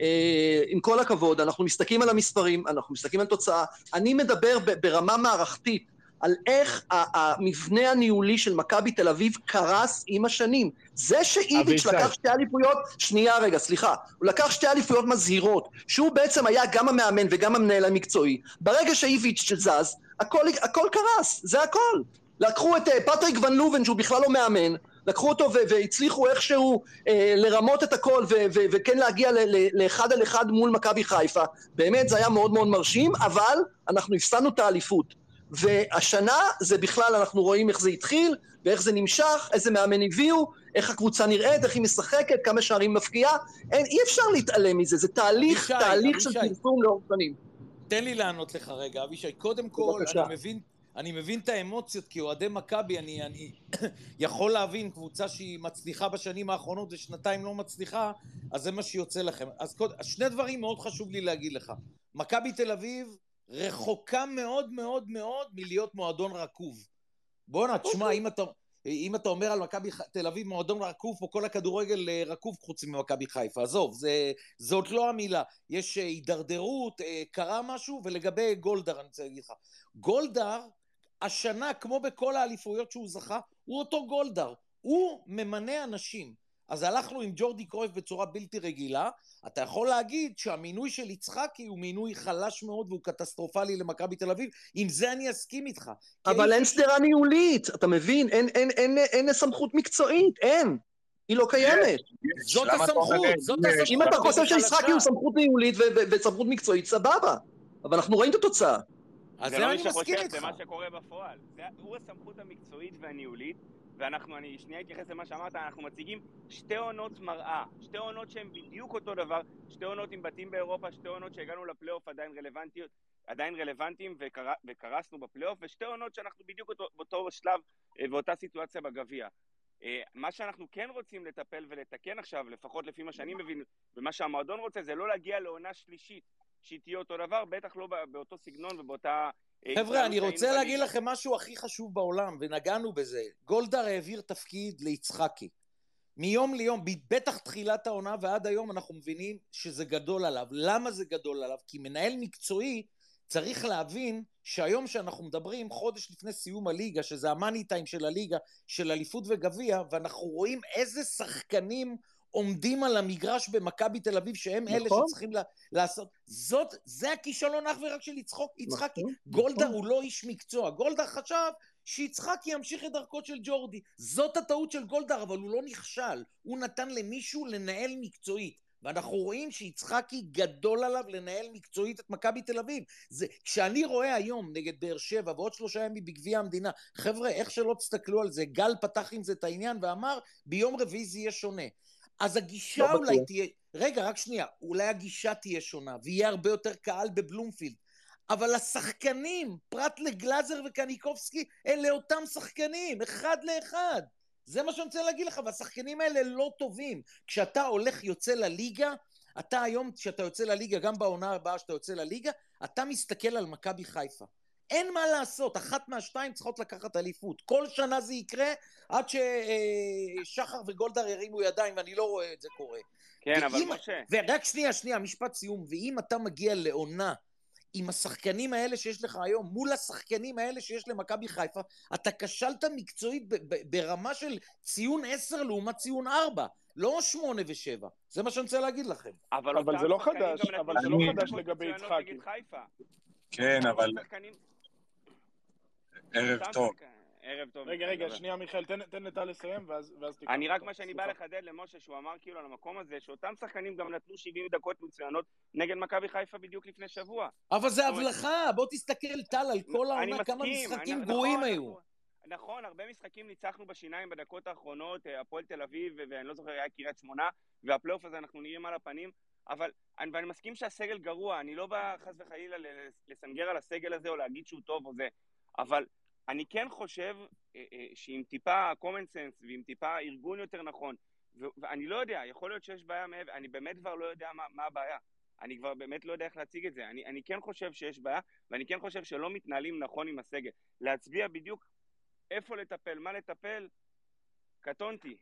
עם כל הכבוד, אנחנו מסתכלים על המספרים, אנחנו מסתכלים על תוצאה, אני מדבר ברמה מערכתית, על איך המבנה הניהולי של מכבי תל אביב קרס עם השנים. זה שאיביץ' לקח 2 אליפויות, הוא לקח 2 אליפויות מזהירות, שהוא בעצם היה גם המאמן וגם המנהל המקצועי. ברגע שאיביץ' זז, הכל קרס, זה הכל. לקחו את פטריק ון לובן, שהוא בכלל לא מאמן, לקחו אותו והצליחו איכשהו לרמות את הכל וכן להגיע לאחד על אחד מול מכבי חיפה. באמת זה היה מאוד מאוד מרשים, אבל אנחנו הפסדנו את האליפות. והשנה זה בכלל, אנחנו רואים איך זה התחיל, ואיך זה נמשך, איזה מאמן הביאו, איך הקבוצה נראית, איך היא משחקת, כמה שערים מפקיעה. אי אפשר להתעלם מזה, זה תהליך של פרסום לאורך שנים. תן לי לענות לך רגע, אבישי. קודם כל, אני מבין את האמוציות, כי אוהדי מכבי, אני יכול להבין קבוצה שהיא מצליחה בשנים האחרונות ושנתיים לא מצליחה, אז זה מה שיוצא לכם. אז 2 דברים מאוד חשוב לי להגיד לך. מכבי תל אביב רחוקה מאוד מאוד מאוד מלהיות מועדון רקוב. בוא תשמע, אם אתה אומר על מכבי תל אביב מועדון רקוב, פה כל הכדורגל רקוב חוץ ממכבי חיפה, עזוב, זאת לא המילה. יש הידרדרות, קרה משהו, ולגבי גולדהר אני רוצה להגיד לך. גולדהר, השנה, כמו בכל האליפויות שהוא זכה, הוא אותו גולדהר, הוא ממנה אנשים. אז הלכנו עם ג'ורדי קרויף בצורה בלתי רגילה, אתה יכול להגיד שהמינוי של יצחקי הוא מינוי חלש מאוד והוא קטסטרופלי למכבי תל אביב, עם זה אני אסכים איתך. אבל אין סדרה ניהולית, אתה מבין? אין סמכות מקצועית, אין. היא לא קיימת. זאת הסמכות. אם אתה חושב שיצחקי הוא סמכות ניהולית וסמכות מקצועית, סבבה. אבל אנחנו רואים את התוצאה. אז זה אני מסכים איתך. זה מה שקורה בפועל. הוא הסמכות המקצועית והניהולית, אני שנייה אתייחס למה שאמרת, אנחנו מציגים 2 עונות מראה, 2 עונות שהן בדיוק אותו דבר, 2 עונות עם בתים באירופה, 2 עונות שהגענו לפלייאוף עדיין רלוונטיים וקרסנו בפלייאוף, ו2 עונות שאנחנו בדיוק באותו שלב ואותה סיטואציה בגביע. מה שאנחנו כן רוצים לטפל ולתקן עכשיו, לפחות לפי מה שאני מבין, ומה שהמועדון רוצה, זה לא להגיע לעונה שלישית, שהיא תהיה אותו דבר, בטח לא באותו סגנון ובאותה... חבר'ה, אני רוצה להגיד לכם משהו הכי חשוב בעולם, ונגענו בזה. גולדהר העביר תפקיד ליצחקי. מיום ליום, בטח תחילת העונה ועד היום אנחנו מבינים שזה גדול עליו. למה זה גדול עליו? כי מנהל מקצועי צריך להבין שהיום שאנחנו מדברים חודש לפני סיום הליגה, שזה המאני טיים של הליגה, של אליפות וגביע, ואנחנו רואים איזה שחקנים עומדים על המגרש במכבי תל אביב, שהם אלה שצריכים לעשות, זה הכישלון אך ורק של יצחקי. גולדהר הוא לא איש מקצוע, גולדהר חשב שיצחקי ימשיך את דרכו של ג'ורדי, זאת הטעות של גולדהר, אבל הוא לא נכשל, הוא נתן למישהו לנהל מקצועית, ואנחנו רואים שיצחקי גדול עליו לנהל מקצועית את מכבי תל אביב. כשאני רואה היום נגד באר שבע ועוד 3 ימים בגביע המדינה, חבר'ה, איך שלא תסתכלו על זה, גל פתח עם זה את העניין ואמר, ביום רביעי זה יהיה שונה. אז הגישה אולי תהיה, רגע, רק שנייה, אולי הגישה תהיה שונה, ויהיה הרבה יותר קהל בבלומפילד, אבל השחקנים, פרט לגלאזר וקניקובסקי, אלה אותם שחקנים, אחד לאחד. זה מה שאני רוצה להגיד לך, והשחקנים האלה לא טובים. כשאתה יוצא לליגה, אתה היום, כשאתה יוצא לליגה, גם בעונה הבאה שאתה יוצא לליגה, אתה מסתכל על מכבי חיפה. אין מה לעשות, אחת מהשתיים צריכות לקחת אליפות. כל שנה זה יקרה, עד ששחר וגולדהר ירימו ידיים, ואני לא רואה את זה קורה. כן, אבל משה. ורק שנייה, משפט סיום, ואם אתה מגיע לעונה, עם השחקנים האלה שיש לך היום, מול השחקנים האלה שיש למכבי חיפה, אתה כשלת מקצועית ברמה של ציון 10 לעומת ציון 4, לא 8 ו7. זה מה שאני רוצה להגיד לכם. אבל זה לא חדש, לגבי יצחקי. כן, אבל... ערב טוב. ערב טוב. רגע, שנייה מיכאל, תן לטל לסיים, ואז תקרא. אני רק מה שאני בא לחדד למשה, שהוא אמר כאילו על המקום הזה, שאותם שחקנים גם נתנו 70 דקות מצוינות נגד מכבי חיפה בדיוק לפני שבוע. אבל זה הבלחה, בוא תסתכל טל על כל העונה, כמה משחקים גרועים היו. נכון, הרבה משחקים ניצחנו בשיניים בדקות האחרונות, הפועל תל אביב, ואני לא זוכר, היה קריית שמונה, והפלייאוף הזה אנחנו נראים על הפנים, אבל ואני מסכים שהסגל גרוע, אני לא בא חס וחלילה לסנגר על הסגל הזה או להגיד שהוא טוב או זה, אבל אני כן חושב שעם טיפה common sense ועם טיפה ארגון יותר נכון, ואני לא יודע, יכול להיות שיש בעיה מעבר, אני באמת כבר לא יודע מה הבעיה, אני כבר באמת לא יודע איך להציג את זה, אני כן חושב שיש בעיה, ואני כן חושב שלא מתנהלים נכון עם הסגל, להצביע בדיוק איפה לטפל, מה לטפל, קטונתי.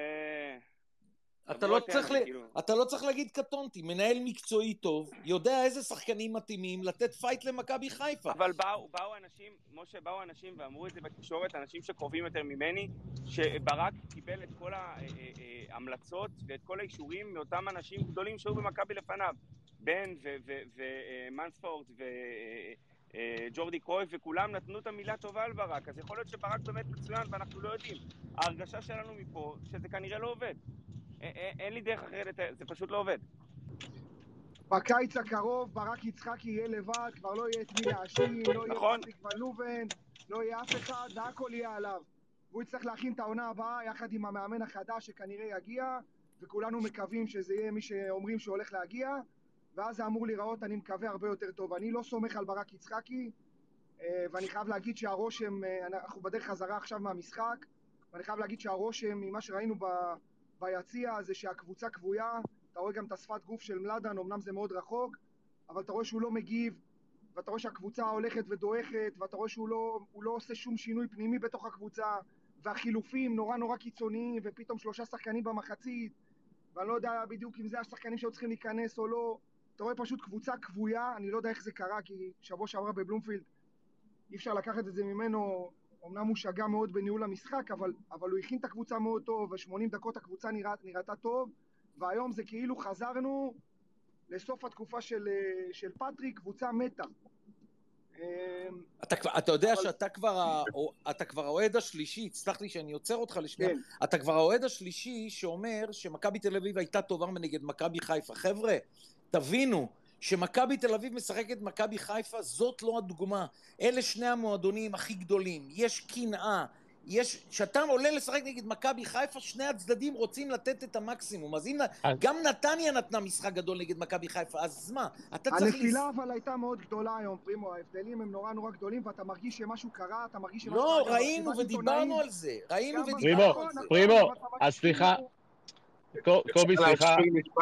אתה לא צריך להגיד קטונתי, מנהל מקצועי טוב, יודע איזה שחקנים מתאימים, לתת פייט למכבי חיפה. אבל באו אנשים, משה, באו אנשים ואמרו את זה בתקשורת, אנשים שקרובים יותר ממני, שברק קיבל את כל ההמלצות ואת כל האישורים מאותם אנשים גדולים שהיו במכבי לפניו, בן ומנספורד וג'ורדי קרויף, וכולם נתנו את המילה טובה על ברק, אז יכול להיות שברק באמת מצוין ואנחנו לא יודעים. ההרגשה שלנו מפה שזה כנראה לא עובד. אין לי דרך אחרת, זה פשוט לא עובד. בקיץ הקרוב ברק יצחקי יהיה לבד, כבר לא יהיה את מי להאשים, לא יהיה פטריק ון לובן, לא יהיה אף אחד, והכל יהיה עליו. והוא יצטרך להכין את העונה הבאה יחד עם המאמן החדש שכנראה יגיע, וכולנו מקווים שזה יהיה מי שאומרים שהולך להגיע, ואז זה אמור להיראות, אני מקווה, הרבה יותר טוב. אני לא סומך על ברק יצחקי, ואני חייב להגיד שהרושם, אנחנו בדרך חזרה עכשיו מהמשחק, ואני חייב להגיד שהרושם ממה שראינו ביציע זה שהקבוצה קבויה, אתה רואה גם את השפת גוף של מלאדן, אמנם זה מאוד רחוק, אבל אתה רואה שהוא לא מגיב, ואתה רואה שהקבוצה הולכת ודועכת, ואתה רואה שהוא לא עושה שום שינוי פנימי בתוך הקבוצה, והחילופים נורא ופתאום 3 שחקנים במחצית, ואני לא יודע בדיוק אם זה השחקנים שהיו צריכים להיכנס או לא, אתה רואה פשוט קבוצה קבויה, אני לא יודע איך זה קרה, כי שבוע שעברה בבלומפילד, אי אפשר לקחת את זה ממנו, אמנם הוא שגע מאוד בניהול המשחק, אבל הוא הכין את הקבוצה מאוד טוב, ו80 דקות הקבוצה נראתה טוב, והיום זה כאילו חזרנו לסוף התקופה של פטריק, קבוצה מתה. אתה יודע שאתה כבר האוהד השלישי, תסלח לי שאני יוצר אותך לשנייה, אתה כבר האוהד השלישי שאומר שמכבי תל אביב הייתה טובה נגד מכבי חיפה. חבר'ה, תבינו, שמכבי תל אביב משחקת מכבי חיפה, זאת לא הדוגמה. אלה שני המועדונים הכי גדולים. יש קנאה, שאתה עולה לשחק נגד מכבי חיפה, שני הצדדים רוצים לתת את המקסימום. אז אם גם נתניה נתנה משחק גדול נגד מכבי חיפה, אז מה? הנפילה אבל הייתה מאוד גדולה היום, פרימו, ההבדלים הם נורא גדולים, ואתה מרגיש שמשהו קרה, אתה מרגיש שמשהו... לא, ראינו ודיברנו על זה. פרימו, אז סליחה. קובי, סליחה.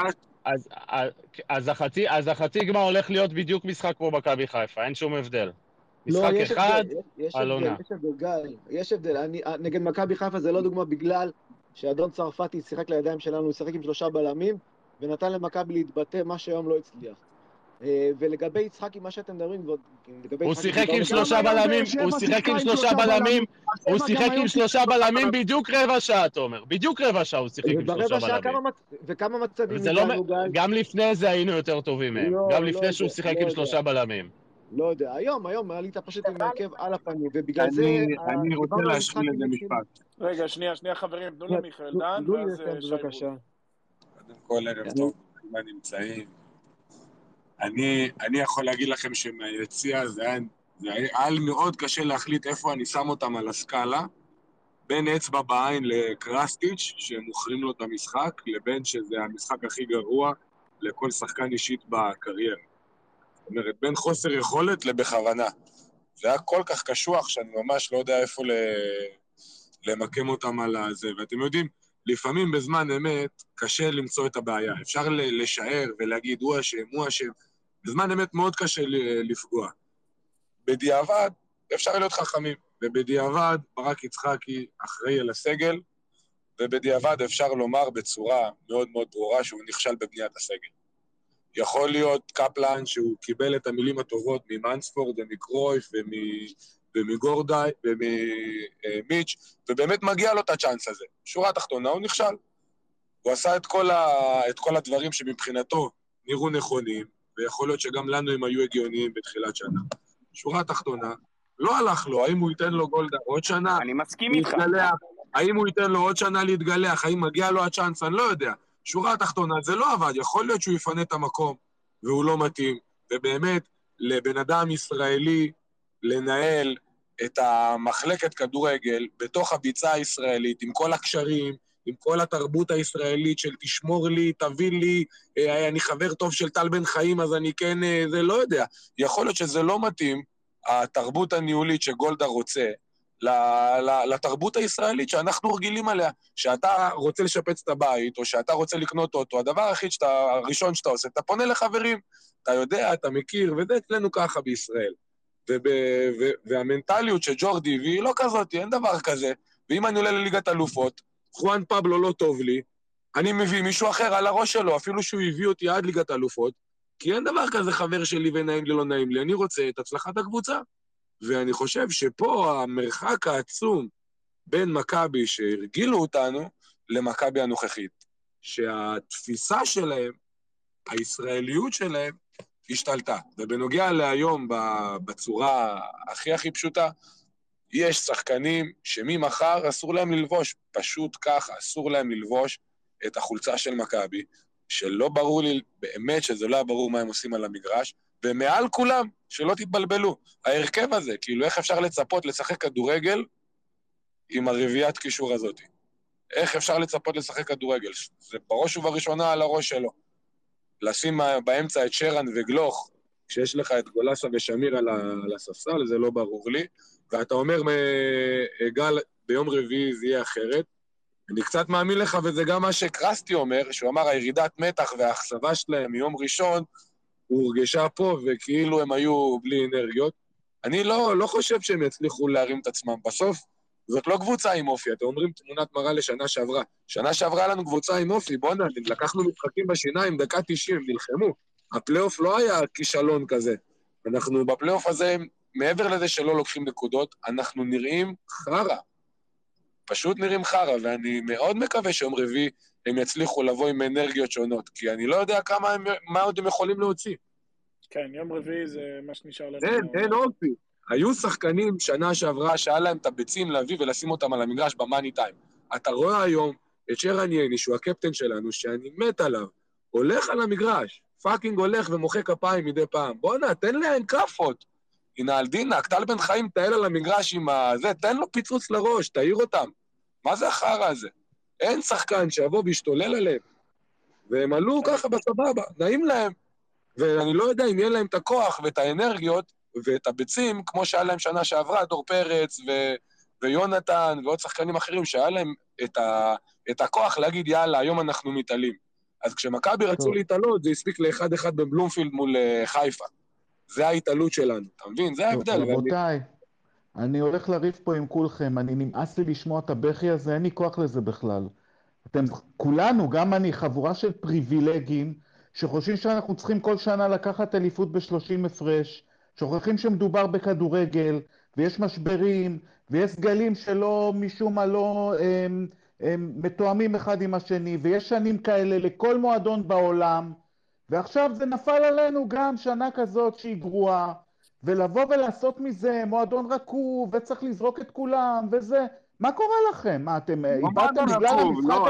אז החצי גמר הולך להיות בדיוק משחק כמו מכבי חיפה, אין שום הבדל. משחק אחד, על עונה. יש הבדל, נגד מכבי חיפה זה לא דוגמה בגלל שאדון צרפתי שיחק לידיים שלנו, הוא שיחק עם 3 בלמים, ונתן למכבי להתבטא מה שהיום לא הצליח. ולגבי יצחקי, מה שאתם מדברים, הוא שיחק עם 3 בלמים, הוא שיחק עם 3 בלמים בדיוק רבע שעה, תומר, בדיוק רבע שעה הוא שיחק עם 3 בלמים. וכמה מצבים ניתנו, גיא? גם לפני זה היינו יותר טובים מהם, גם לפני שהוא שיחק עם 3 בלמים. לא יודע, היום עלית פשוט עם הרכב על הפנים, ובגלל זה... אני רוצה להשחיל איזה משפט. רגע, שנייה חברים, תנו למיכאל דן, ואז שי רות. קודם כל, ערב טוב, מה נמצאים? אני יכול להגיד לכם שמהיציאה זה היה לי מאוד קשה להחליט איפה אני שם אותם על הסקאלה, בין אצבע בעין לקרסטיץ' שמוכרים לו את המשחק, לבין שזה המשחק הכי גרוע לכל שחקן אישית בקריירה. זאת אומרת, בין חוסר יכולת לבכוונה. זה היה כל כך קשוח שאני ממש לא יודע איפה למקם אותם על הזה. ואתם יודעים, לפעמים בזמן אמת קשה למצוא את הבעיה. אפשר לשער ולהגיד, הוא אשם. בזמן אמת מאוד קשה לפגוע. בדיעבד אפשר להיות חכמים, ובדיעבד ברק יצחקי אחראי על הסגל, ובדיעבד אפשר לומר בצורה מאוד מאוד ברורה שהוא נכשל בבניית הסגל. יכול להיות קפלן שהוא קיבל את המילים הטובות ממנספורד ומקרויף ומגורדאי וממיץ' ובאמת מגיע לו את הצ'אנס הזה. שורה התחתונה הוא נכשל. הוא עשה את כל הדברים שמבחינתו נראו נכונים, ויכול להיות שגם לנו הם היו הגיוניים בתחילת שנה. שורה התחתונה, לא הלך לו, האם הוא ייתן לו גולדה עוד שנה? אני מסכים איתך. האם הוא ייתן לו עוד שנה להתגלח? האם מגיע לו הצ'אנס? אני לא יודע. שורה התחתונה, זה לא עבד. יכול להיות שהוא יפנה את המקום, והוא לא מתאים. ובאמת, לבן אדם ישראלי לנהל את המחלקת כדורגל בתוך הביצה הישראלית, עם כל הקשרים, עם כל התרבות הישראלית של תשמור לי, תביא לי, אני חבר טוב של טל בן חיים, אז אני כן, זה לא יודע. יכול להיות שזה לא מתאים, התרבות הניהולית שגולדה רוצה, לתרבות הישראלית שאנחנו רגילים עליה. שאתה רוצה לשפץ את הבית, או שאתה רוצה לקנות אותו, הדבר הראשון שאתה עושה, אתה פונה לחברים, אתה יודע, אתה מכיר, וזה אצלנו ככה בישראל. והמנטליות שג'ורדי הביא לא כזאת, אין דבר כזה. ואם אני עולה לליגת אלופות, חואן פבלו לא טוב לי, אני מביא מישהו אחר על הראש שלו, אפילו שהוא הביא אותי עד ליגת אלופות, כי אין דבר כזה חבר שלי ונעים לי לא נעים לי, אני רוצה את הצלחת הקבוצה. ואני חושב שפה המרחק העצום בין מכבי שהרגילו אותנו למכבי הנוכחית, שהתפיסה שלהם, הישראליות שלהם, השתלטה. ובנוגע להיום בצורה הכי פשוטה, יש שחקנים שממחר אסור להם ללבוש, פשוט כך אסור להם ללבוש את החולצה של מכבי, שלא ברור לי באמת שזה לא היה ברור מה הם עושים על המגרש, ומעל כולם, שלא תתבלבלו, ההרכב הזה, כאילו איך אפשר לצפות לשחק כדורגל עם הרביעיית קישור הזאת? איך אפשר לצפות לשחק כדורגל? זה בראש ובראשונה על הראש שלו. לשים באמצע את שרן וגלוך, כשיש לך את גולסה ושמיר על הספסל, זה לא ברור לי, ואתה אומר, גל, ביום רביעי זה יהיה אחרת. אני קצת מאמין לך, וזה גם מה שקרסטי אומר, שהוא אמר, הירידת מתח והאכזבה שלהם מיום ראשון, הוא הורגשה פה, וכאילו הם היו בלי אנרגיות. אני לא חושב שהם יצליחו להרים את עצמם. בסוף, זאת לא קבוצה עם אופי. אתם אומרים תמונת מראה לשנה שעברה. שנה שעברה לנו קבוצה עם אופי. בוא נגיד, לקחנו משחקים בשיניים, דקה 90, נלחמו. הפלייאוף לא היה כישלון כזה. אנחנו בפלייאוף הזה, מעבר לזה שלא לוקחים נקודות, אנחנו נראים חרא. פשוט נראים חרא, ואני מאוד מקווה שיום רביעי הם יצליחו לבוא עם אנרגיות שונות, כי אני לא יודע מה עוד הם יכולים להוציא. כן, יום רביעי זה מה שנשאר לנו. אין אופי. היו שחקנים שנה שעברה שהיה להם את הביצים להביא ולשים אותם על המגרש במאני טיים. אתה רואה היום את שרן ייני, שהוא הקפטן שלנו, שאני מת עליו, הולך על המגרש, פאקינג הולך ומוחא כפיים מדי פעם. בוא נה, תן להם כפות. הנה על דינק, טל בן חיים תהל על המגרש עם הזה, תן לו פיצוץ לראש, תעיר אותם. מה זה החרא הזה? אין שחקן שיבוא וישתולל עליהם. והם עלו ככה בסבבה, נעים להם. ואני לא יודע אם יהיה להם את הכוח ואת האנרגיות ואת הביצים, כמו שהיה להם שנה שעברה, דור פרץ ויונתן ועוד שחקנים אחרים, שהיה להם את הכוח להגיד, יאללה, היום אנחנו מתעלים. אז כשמכבי רצו להתעלות, זה הספיק ל1-1 בבלומפילד מול חיפה. זה ההתעלות שלנו, אתה מבין? זה ההבדל. רבותיי, אני הולך לריב פה עם כולכם, אני נמאס לי לשמוע את הבכי הזה, אין לי כוח לזה בכלל. אתם כולנו, גם אני, חבורה של פריבילגים, שחושבים שאנחנו צריכים כל שנה לקחת אליפות ב30 הפרש, שוכחים שמדובר בכדורגל, ויש משברים, ויש סגלים שלא משום מה לא הם מתואמים אחד עם השני, ויש שנים כאלה לכל מועדון בעולם, ועכשיו זה נפל עלינו גם שנה כזאת שהיא גרועה, ולבוא ולעשות מזה מועדון רקוב, וצריך לזרוק את כולם, וזה, מה קורה לכם? מה, אתם איבדתם בגלל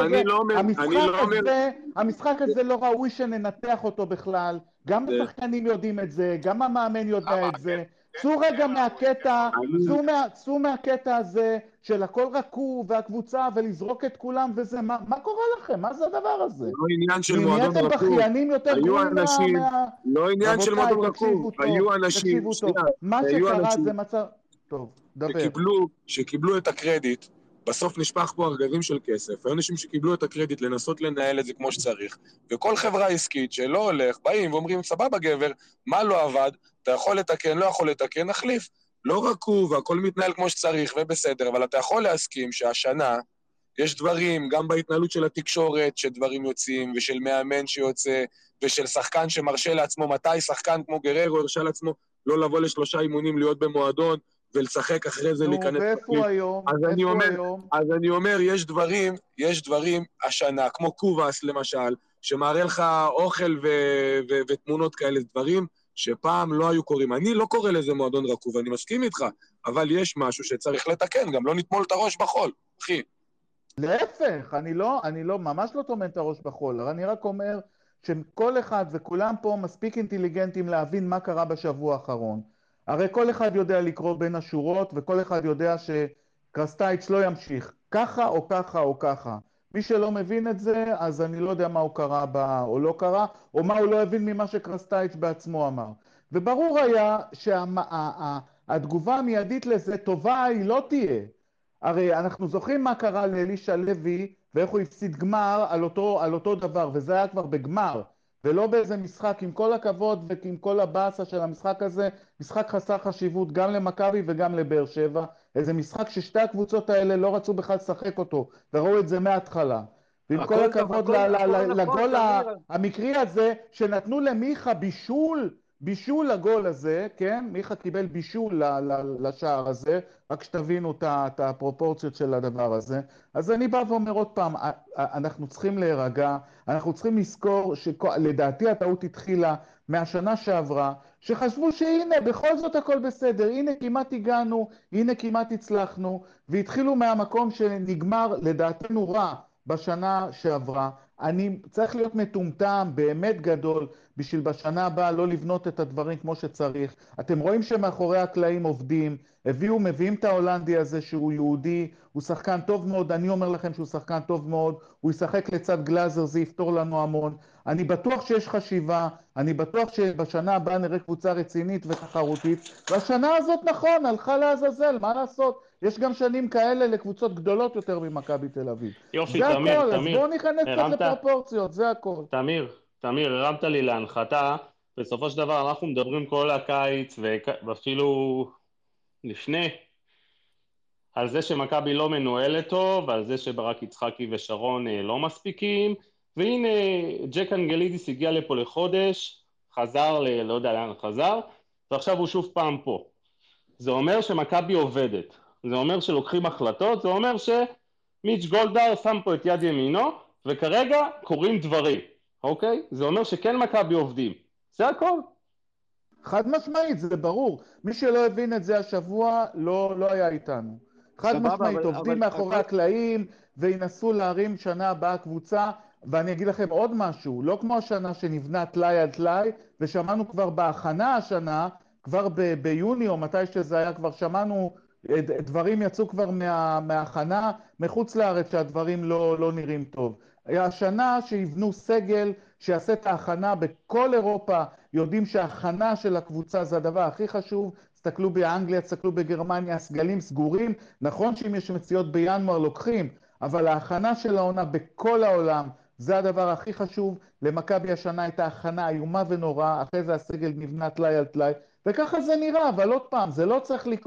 המשחק הזה? המשחק הזה לא ראוי שננתח אותו בכלל, גם השחקנים יודעים את זה, גם המאמן יודע את זה, צאו רגע מהקטע, צאו מהקטע הזה של הכל רקוב והקבוצה ולזרוק את כולם וזה, מה קורה לכם? מה זה הדבר הזה? לא עניין של מועדון רקוב, בכיינים יותר גרועים לא עניין של מועדון רקוב, היו אנשים, מה שקרה זה מצב, טוב, דבר. שקיבלו את הקרדיט, בסוף נשפך פה ארגזים של כסף, היו אנשים שקיבלו את הקרדיט לנסות לנהל את זה כמו שצריך, וכל חברה עסקית שלא הולך, באים ואומרים, סבבה גבר, מה לא עבד, אתה יכול לתקן, לא יכול לתקן, נחליף. לא רקוב, הכל מתנהל כמו שצריך ובסדר, אבל אתה יכול להסכים שהשנה יש דברים, גם בהתנהלות של התקשורת, שדברים יוצאים, ושל מאמן שיוצא, ושל שחקן שמרשה לעצמו, מתי שחקן כמו גררו הרשה לעצמו לא לבוא ל3 אימונים להיות במועדון, ולשחק אחרי זה להיכנס. ואיפה היום? אז אני אומר, יש דברים השנה, כמו קובס למשל, שמראה לך אוכל ותמונות כאלה, דברים שפעם לא היו קוראים. אני לא קורא לזה מועדון רקוב, אני מסכים איתך, אבל יש משהו שצריך לתקן, גם לא נטמול את הראש בחול, אחי. להפך, אני לא, ממש לא טומן את הראש בחול, אני רק אומר שכל אחד וכולם פה מספיק אינטליגנטים להבין מה קרה בשבוע האחרון. הרי כל אחד יודע לקרוא בין השורות, וכל אחד יודע שקרסטייץ' לא ימשיך, ככה או ככה או ככה. מי שלא מבין את זה, אז אני לא יודע מה הוא קרא או לא קרא, או מה הוא לא הבין ממה שקרסטייץ' בעצמו אמר. וברור היה שהתגובה המיידית לזה טובה היא לא תהיה. הרי אנחנו זוכרים מה קרה לאלישע לוי, ואיך הוא הפסיד גמר על אותו דבר, וזה היה כבר בגמר. ולא באיזה משחק, עם כל הכבוד ועם כל הבאסה של המשחק הזה, משחק חסר חשיבות גם למכבי וגם לבאר שבע, איזה משחק ששתי הקבוצות האלה לא רצו בכלל לשחק אותו, וראו את זה מההתחלה. ועם כל הכבוד לגול המקרי הזה, שנתנו למיכה בישול לגול הזה, כן? מיכה קיבל בישול לשער הזה, רק שתבינו את הפרופורציות של הדבר הזה. אז אני בא ואומר עוד פעם, אנחנו צריכים להירגע, אנחנו צריכים לזכור שלדעתי הטעות התחילה מהשנה שעברה, שחשבו שהנה בכל זאת הכל בסדר, הנה כמעט הגענו, הנה כמעט הצלחנו, והתחילו מהמקום שנגמר לדעתנו רע בשנה שעברה. אני צריך להיות מטומטם באמת גדול בשביל בשנה הבאה לא לבנות את הדברים כמו שצריך. אתם רואים שמאחורי הקלעים עובדים, מביאים את ההולנדי הזה שהוא יהודי, הוא שחקן טוב מאוד, אני אומר לכם שהוא שחקן טוב מאוד, הוא ישחק לצד גלאזר, זה יפתור לנו המון. אני בטוח שיש חשיבה, אני בטוח שבשנה הבאה נראה קבוצה רצינית ותחרותית, והשנה הזאת נכון, הלכה לעזאזל, מה לעשות? יש גם שנים כאלה לקבוצות גדולות יותר ממכבי תל אביב. יופי, זה תמיר, הכל, אז בואו ניכנס קצת לפרופורציות, זה הכל. תמיר, הרמת לי להנחתה, בסופו של דבר אנחנו מדברים כל הקיץ, ואפילו לפני, על זה שמכבי לא מנוהלת טוב, על זה שברק יצחקי ושרון לא מספיקים, והנה ג'ק אנגלידיס הגיע לפה לחודש, חזר, לא יודע לאן חזר, ועכשיו הוא שוב פעם פה. זה אומר שמכבי עובדת, זה אומר שלוקחים החלטות, זה אומר שמיץ' גולדהר שם פה את יד ימינו, וכרגע קורים דברים, אוקיי? זה אומר שכן מכבי עובדים, זה הכל. חד משמעית, זה ברור. מי שלא הבין את זה השבוע לא היה איתנו. חד משמעית, עובדים מאחורי הקלעים, וינסו להרים שנה הבאה קבוצה, ואני אגיד לכם עוד משהו, לא כמו השנה שנבנה תלאי על תלאי, ושמענו כבר בהכנה השנה, כבר ביוני או מתי שזה היה, כבר שמענו, דברים יצאו כבר מההכנה, מחוץ לארץ שהדברים לא נראים טוב. השנה שיבנו סגל, שיעשה את ההכנה בכל אירופה, יודעים שההכנה של הקבוצה זה הדבר הכי חשוב, תסתכלו באנגליה, תסתכלו בגרמניה, הסגלים סגורים, נכון שאם יש מציאות בינואר לוקחים, אבל ההכנה של העונה בכל העולם, זה הדבר הכי חשוב. למכבי השנה הייתה הכנה איומה ונוראה, אחרי זה הסגל נבנה תלאי על תלאי, וככה זה נראה, אבל עוד פעם, זה לא צריך לקרות,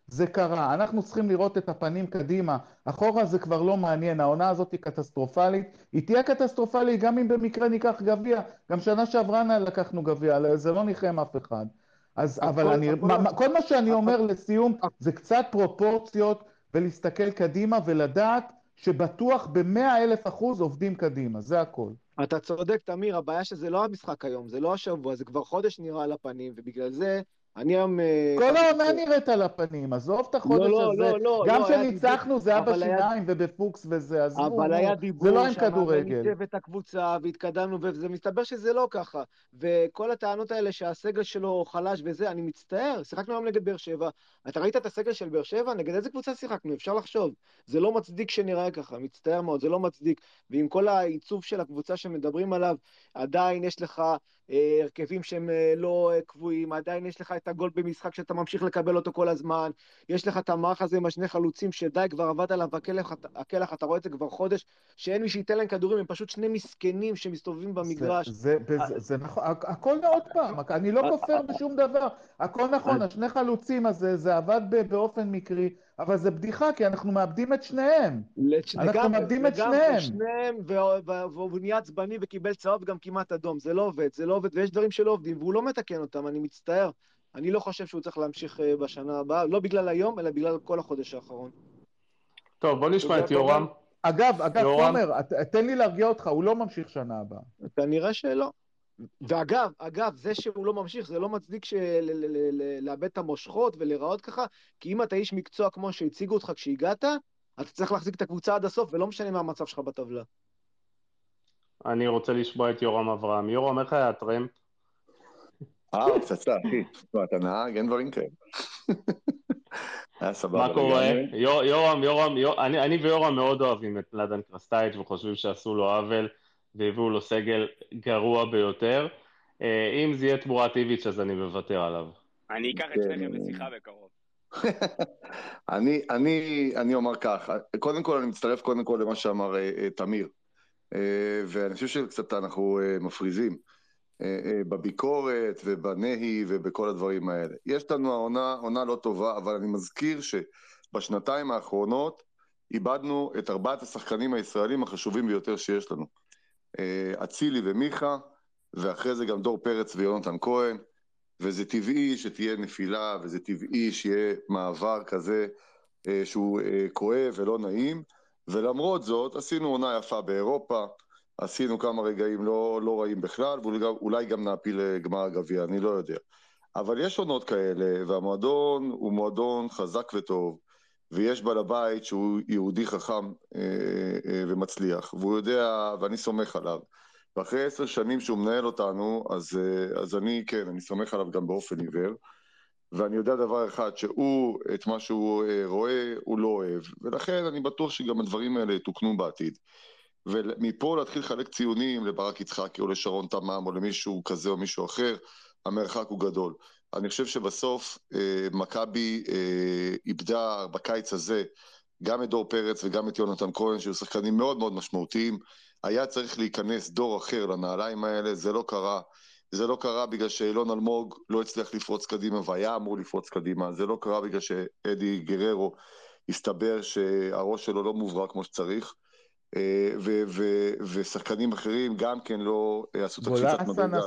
זה קרה, אנחנו צריכים לראות את הפנים קדימה, אחורה זה כבר לא מעניין, העונה הזאת היא קטסטרופלית, היא תהיה קטסטרופלית גם אם במקרה ניקח גביע, גם שנה שעברה לקחנו גביע, זה לא ניחם אף אחד. אז, אבל כל מה שאני אומר לסיום, זה קצת פרופורציות, ולהסתכל קדימה ולדעת שבטוח ב100,000% עובדים קדימה, זה הכל. אתה צודק, תמיר, הבעיה שזה לא המשחק היום, זה לא השבוע, זה כבר חודש נראה על הפנים, ובגלל זה אני היום... כל העונה נראית על הפנים, עזוב את החודש הזה. גם שניצחנו זה היה בשיניים ובפוקס וזה, עזבו, אבל היה דיבור זה לא עם כדורגל. ניצב את הקבוצה והתקדמנו, וזה מסתבר שזה לא ככה. וכל הטענות האלה שהסגל שלו חלש וזה, אני מצטער, שיחקנו היום נגד באר שבע. אתה ראית את הסגל של באר שבע? נגד איזה קבוצה שיחקנו? אפשר לחשוב. זה לא מצדיק שנראה ככה, מצטער מאוד, זה לא מצדיק. ועם כל העיצוב של הקבוצה שמדברים עליו, עדיין יש לך הרכבים שהם לא קבועים, עדיין יש לך את הגול במשחק שאתה ממשיך לקבל אותו כל הזמן, יש לך את המערך הזה עם השני חלוצים שדי כבר עבד עליו הכלח, אתה רואה את זה כבר חודש, שאין מי שייתן להם כדורים, הם פשוט שני מסכנים שמסתובבים במגרש. זה נכון, הכל עוד פעם, אני לא כופר בשום דבר, הכל נכון, השני חלוצים הזה, זה עבד באופן מקרי, אבל זה בדיחה, כי אנחנו מאבדים את שניהם. אנחנו מאבדים את שניהם. והוא נהיה עצבני וקיבל צהוב גם כמעט אדום. זה לא עובד, זה לא עובד, ויש דברים שלא עובדים, והוא לא מתקן אותם, אני מצטער. אני לא חושב שהוא צריך להמשיך בשנה הבאה, לא בגלל היום, אלא בגלל כל החודש האחרון. טוב, בוא נשמע את יורם. אגב, תומר, תן לי להרגיע אותך, הוא לא ממשיך שנה הבאה. כנראה שלא. ואגב, זה שהוא לא ממשיך, זה לא מצדיק לאבד את המושכות ולראות ככה, כי אם אתה איש מקצוע כמו שהציגו אותך כשהגעת, אתה צריך להחזיק את הקבוצה עד הסוף, ולא משנה מה המצב שלך בטבלה. אני רוצה לשמוע את יורם אברהם. יורם, איך היה הטרמפ? פצצה, אחי. אתה נהג, אין דברים כאלה. היה סבבה. מה קורה? יורם, אני ויורם מאוד אוהבים את מלאדן קרסטייץ' וחושבים שעשו לו עוול, והביאו לו סגל גרוע ביותר. אם זה יהיה תמורת איביץ' אז אני מוותר עליו. אני אקח את שניכם לשיחה בקרוב. אני אומר כך, קודם כל אני מצטרף קודם כל למה שאמר תמיר, ואני חושב שקצת אנחנו מפריזים בביקורת ובנהי ובכל הדברים האלה. יש לנו עונה לא טובה, אבל אני מזכיר שבשנתיים האחרונות איבדנו את 4 השחקנים הישראלים החשובים ביותר שיש לנו. אצילי ומיכה, ואחרי זה גם דור פרץ ויונתן כהן, וזה טבעי שתהיה נפילה, וזה טבעי שיהיה מעבר כזה שהוא כואב ולא נעים, ולמרות זאת עשינו עונה יפה באירופה, עשינו כמה רגעים לא רעים בכלל, ואולי גם נעפיל לגמר הגביע, אני לא יודע. אבל יש עונות כאלה, והמועדון הוא מועדון חזק וטוב, ויש בעל הבית שהוא יהודי חכם ומצליח, והוא יודע, ואני סומך עליו. ואחרי 10 שנים שהוא מנהל אותנו, אז אני סומך עליו גם באופן עיוור, ואני יודע דבר אחד, שהוא, את מה שהוא רואה, הוא לא אוהב, ולכן אני בטוח שגם הדברים האלה יתוקנו בעתיד. ומפה להתחיל לחלק ציונים לברק יצחקי, או לשרון תמם, או למישהו כזה או מישהו אחר, המרחק הוא גדול. אני חושב שבסוף מכבי איבדה בקיץ הזה גם את דור פרץ וגם את יונתן כהן, שהיו שחקנים מאוד מאוד משמעותיים. היה צריך להיכנס דור אחר לנעליים האלה, זה לא קרה. זה לא קרה בגלל שאילון אלמוג לא הצליח לפרוץ קדימה, והיה אמור לפרוץ קדימה. זה לא קרה בגלל שאדי גררו הסתבר שהראש שלו לא מוברק כמו שצריך. ושחקנים אחרים גם כן לא עשו את הקפיצת מדרגה.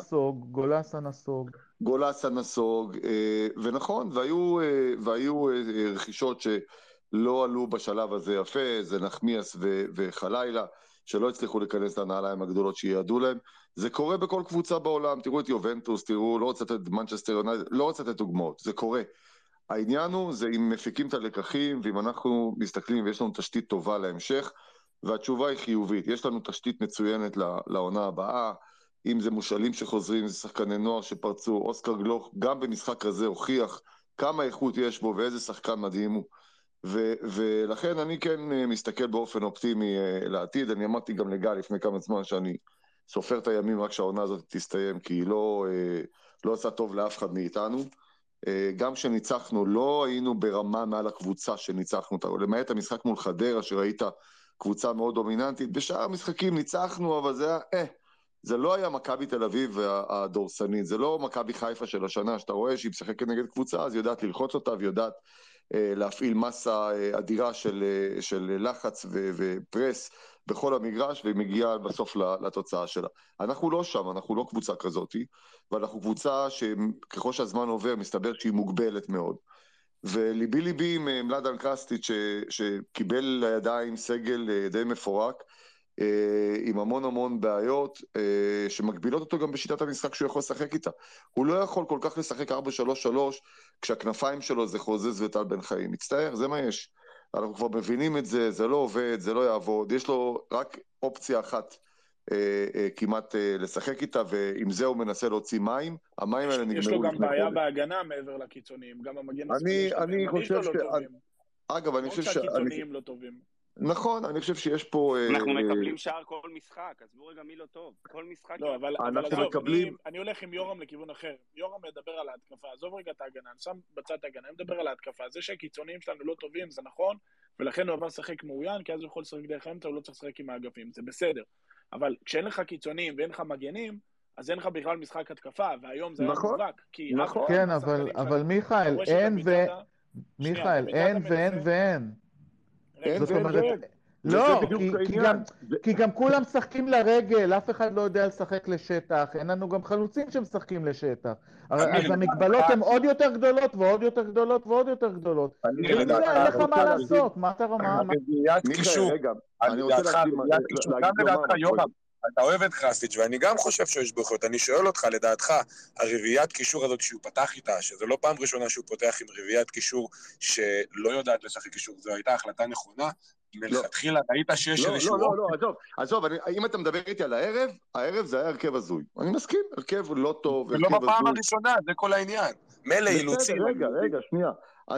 גולסה נסוג, ונכון, והיו רכישות שלא עלו בשלב הזה יפה, זה נחמיאס וחלילה, שלא הצליחו להיכנס לנעליים הגדולות שיעדו להם. זה קורה בכל קבוצה בעולם, תראו את יובנטוס, תראו, לא רוצה את מנצ'סטר יונייטד, לא רוצה את דוגמאות, זה קורה. העניין הוא, זה אם מפיקים את הלקחים, ואם אנחנו מסתכלים ויש לנו תשתית טובה להמשך, והתשובה היא חיובית. יש לנו תשתית מצוינת לעונה הבאה, אם זה מושאלים שחוזרים, זה שחקני נוער שפרצו, אוסקר גלוך גם במשחק הזה הוכיח כמה איכות יש בו ואיזה שחקן מדהים הוא. ולכן אני כן מסתכל באופן אופטימי לעתיד. אני אמרתי גם לגל לפני כמה זמן שאני סופר את הימים רק שהעונה הזאת תסתיים, כי היא לא עושה טוב לאף אחד מאיתנו. גם כשניצחנו לא היינו ברמה מעל הקבוצה שניצחנו אותה, למעט המשחק מול חדרה שראית קבוצה מאוד דומיננטית. בשאר המשחקים ניצחנו, אבל זה לא היה מכבי תל אביב הדורסנית, זה לא מכבי חיפה של השנה, שאתה רואה שהיא משחקת נגד קבוצה, אז יודעת ללחוץ אותה ויודעת להפעיל מסה אדירה של לחץ ופרס בכל המגרש, ומגיעה בסוף לתוצאה שלה. אנחנו לא שם, אנחנו לא קבוצה כזאת, ואנחנו קבוצה שככל שהזמן עובר מסתבר שהיא מוגבלת מאוד. וליבי עם מלאדן קרסטיץ' שקיבל לידיים סגל די מפורק, עם המון בעיות, שמגבילות אותו גם בשיטת המשחק שהוא יכול לשחק איתה. הוא לא יכול כל כך לשחק 4-3-3, כשהכנפיים שלו זה חוזז וטל בן חיים. מצטער, זה מה יש. אנחנו כבר מבינים את זה, זה לא עובד, זה לא יעבוד. יש לו רק אופציה אחת כמעט לשחק איתה, ועם זה הוא מנסה להוציא מים. המים האלה נגמרו. יש לו גם בעיה בהגנה מעבר לקיצוניים. גם המגן השמאלי שלהם. אני חושב אגב, אני חושב שהקיצוניים לא טובים. נכון, אני חושב שיש פה... אנחנו מקבלים שער כל משחק, עזבו רגע מי לא טוב. כל משחק... לא, אבל עזוב, אני הולך עם יורם לכיוון אחר. יורם מדבר על ההתקפה, עזוב רגע את ההגנה, אני שם בצד ההגנה, אני מדבר על ההתקפה. זה שהקיצוניים שלנו לא טובים, זה נכון, ולכן הוא עבר לשחק מאוין, כי אז הוא יכול לשחק דרך האמצע, הוא לא צריך לשחק עם האגפים, זה בסדר. אבל כשאין לך קיצוניים ואין לך מגנים, אז אין לך בכלל משחק התקפה, והיום זה היה מובהק. נכון, כן, אבל מיכאל, אין. זאת אומרת, לא, כי גם כולם משחקים לרגל, אף אחד לא יודע לשחק לשטח, אין לנו גם חלוצים שמשחקים לשטח. אז המגבלות הן עוד יותר גדולות ועוד יותר גדולות ועוד יותר גדולות. אין לך מה לעשות, מה אתה רמה? רביעיית קישור, גם לדעתך יורם, אתה אוהב את קרסטיץ' ואני גם חושב שיש ברכות, אני שואל אותך לדעתך, הרביעיית קישור הזאת שהוא פתח איתה, שזה לא פעם ראשונה שהוא פותח עם רביעיית קישור שלא יודעת לשחק קישור, זו הייתה החלטה נכונה, מלכתחילה ראית שיש איזשהו... לא, עזוב, אם אתה מדבר איתי על הערב זה היה הרכב הזוי, אני מסכים, הרכב לא טוב, ולא בפעם הראשונה, זה כל העניין, מלא אילוצים. רגע, שנייה,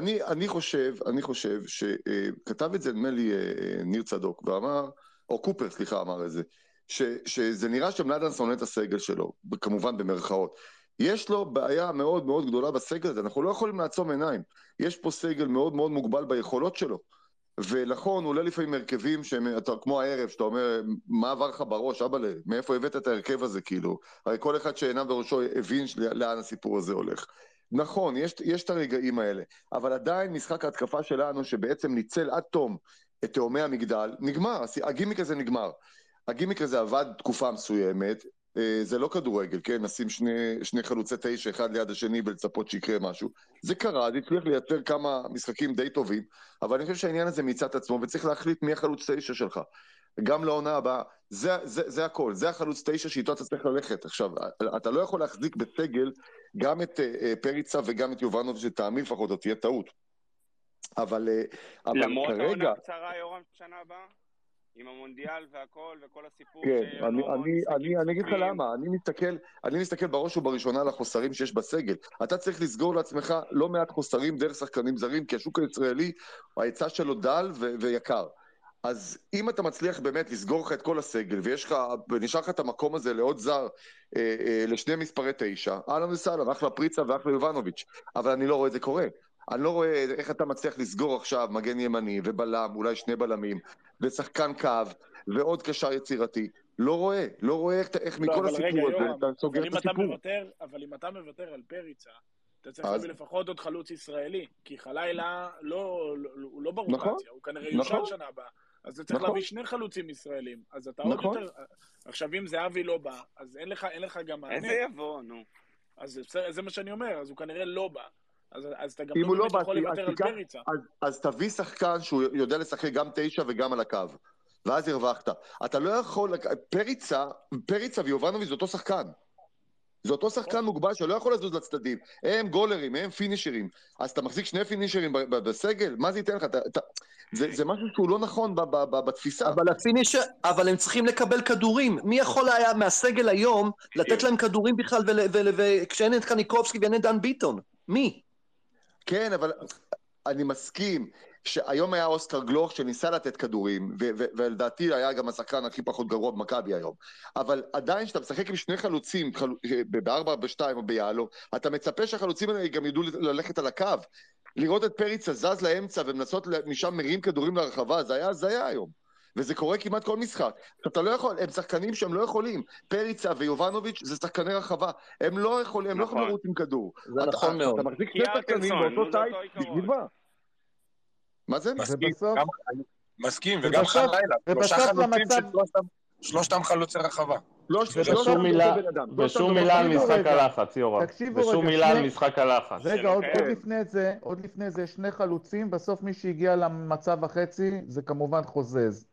אני חושב שכתב את זה נדמה לי ניר צדוק, ואמר, או קופר, סליחה, אמר את זה, שזה נראה שמלאדן שונא את הסגל שלו, כמובן במרכאות. יש לו בעיה מאוד מאוד גדולה בסגל הזה, אנחנו לא יכולים לעצום עיניים. יש פה סגל מאוד מאוד מוגבל ביכולות שלו. ונכון, עולה לפעמים הרכבים, כמו הערב, שאתה אומר, מה עבר לך בראש, אבאלה, מאיפה הבאת את ההרכב הזה, כאילו? הרי כל אחד שעיניו בראשו הבין לאן הסיפור הזה הולך. נכון, יש את הרגעים האלה, אבל עדיין משחק ההתקפה שלנו, שבעצם ניצל עד תום את תאומי המגדל, נגמר, הגימיק הזה נגמר. הגימיק הזה עבד תקופה מסוימת, זה לא כדורגל, כן? נשים שני חלוצי 9, אחד ליד השני ולצפות שיקרה משהו. זה קרה, זה הצליח לייצר כמה משחקים די טובים, אבל אני חושב שהעניין הזה מיצה את עצמו, וצריך להחליט מי החלוץ 9 שלך. גם לעונה הבאה, זה הכל, זה החלוץ 9 שאיתו אתה צריך ללכת. עכשיו, אתה לא יכול להחזיק בסגל גם את פריצה וגם את יובנוב, שטעמי לפחות, זאת תהיה טעות. אבל למרות כרגע... העונה קצרה, יורם, שנה הבאה? עם המונדיאל והכל, וכל הסיפור. כן, אני אגיד לך למה, אני מסתכל בראש ובראשונה על החוסרים שיש בסגל. אתה צריך לסגור לעצמך לא מעט חוסרים דרך שחקנים זרים, כי השוק הישראלי, ההיצע שלו דל ויקר. אז אם אתה מצליח באמת לסגור לך את כל הסגל, ונשאר לך את המקום הזה לעוד זר, לשני מספרי 9, אהלן וסהלן, אחלה פריצה ואחלה יובנוביץ', אבל אני לא רואה את זה קורה. אני לא רואה איך אתה מצליח לסגור עכשיו מגן ימני ובלם, אולי שני בלמים, ושחקן קו, ועוד קשר יצירתי. לא רואה איך מכל הסיפור הזה אתה סוגר את הסיפור. אבל אם אתה מוותר על פריצה, אתה צריך להביא לפחות עוד חלוץ ישראלי, כי חלילה הוא לא ברוטציה, הוא כנראה יושן שנה הבאה. אז אתה צריך להביא שני חלוצים ישראלים. אז אתה עוד יותר... עכשיו אם זה אבי לא בא, אז אין לך גם מענה. איזה יבוא, נו. אז זה מה שאני אומר, אז הוא כנראה לא בא. אז אתה גם לא באמת יכול לוותר על פריצה. אז תביא שחקן שהוא יודע לשחק גם 9 וגם על הקו, ואז הרווחת. אתה לא יכול, פריצה ויובנוביץ' זה אותו שחקן. זה אותו שחקן מוגבל שלא יכול לזוז לצדדים. הם גולרים, הם פינישרים. אז אתה מחזיק שני פינישרים בסגל? מה זה ייתן לך? זה משהו שהוא לא נכון בתפיסה. אבל הם צריכים לקבל כדורים. מי יכול היה מהסגל היום לתת להם כדורים בכלל, וכשאין את קניקובסקי ואין את דן ביטון? מי? כן, אבל אני מסכים שהיום היה אוסקר גלוך שניסה לתת כדורים, ולדעתי היה גם השחקן הכי פחות גרוע במכבי היום. אבל עדיין שאתה משחק עם שני חלוצים, ב-4-2 או ביאלו, אתה מצפה שהחלוצים האלה גם ידעו ללכת על הקו. לראות את פריצה זז לאמצע ומנסות משם מרים כדורים לרחבה, זה היה הזיה היום. וזה קורה כמעט כל משחק. אתה לא יכול, הם שחקנים שהם לא יכולים. פריצה ויובנוביץ' זה שחקני רחבה. הם לא יכולים, הם לא יכולים לרוץ עם כדור. זה נכון מאוד. אתה מחזיק שני שחקנים באותו טייפ, בשביל מה? מה זה? מסכים, וגם חלילה, 3 חלוצים שלושתם חלוצי רחבה. ושום מילה על משחק הלחץ, יורם. ושום מילה על משחק הלחץ. רגע, עוד לפני זה 2 חלוצים, בסוף מי שהגיע למצב החצי זה כמובן חוזז.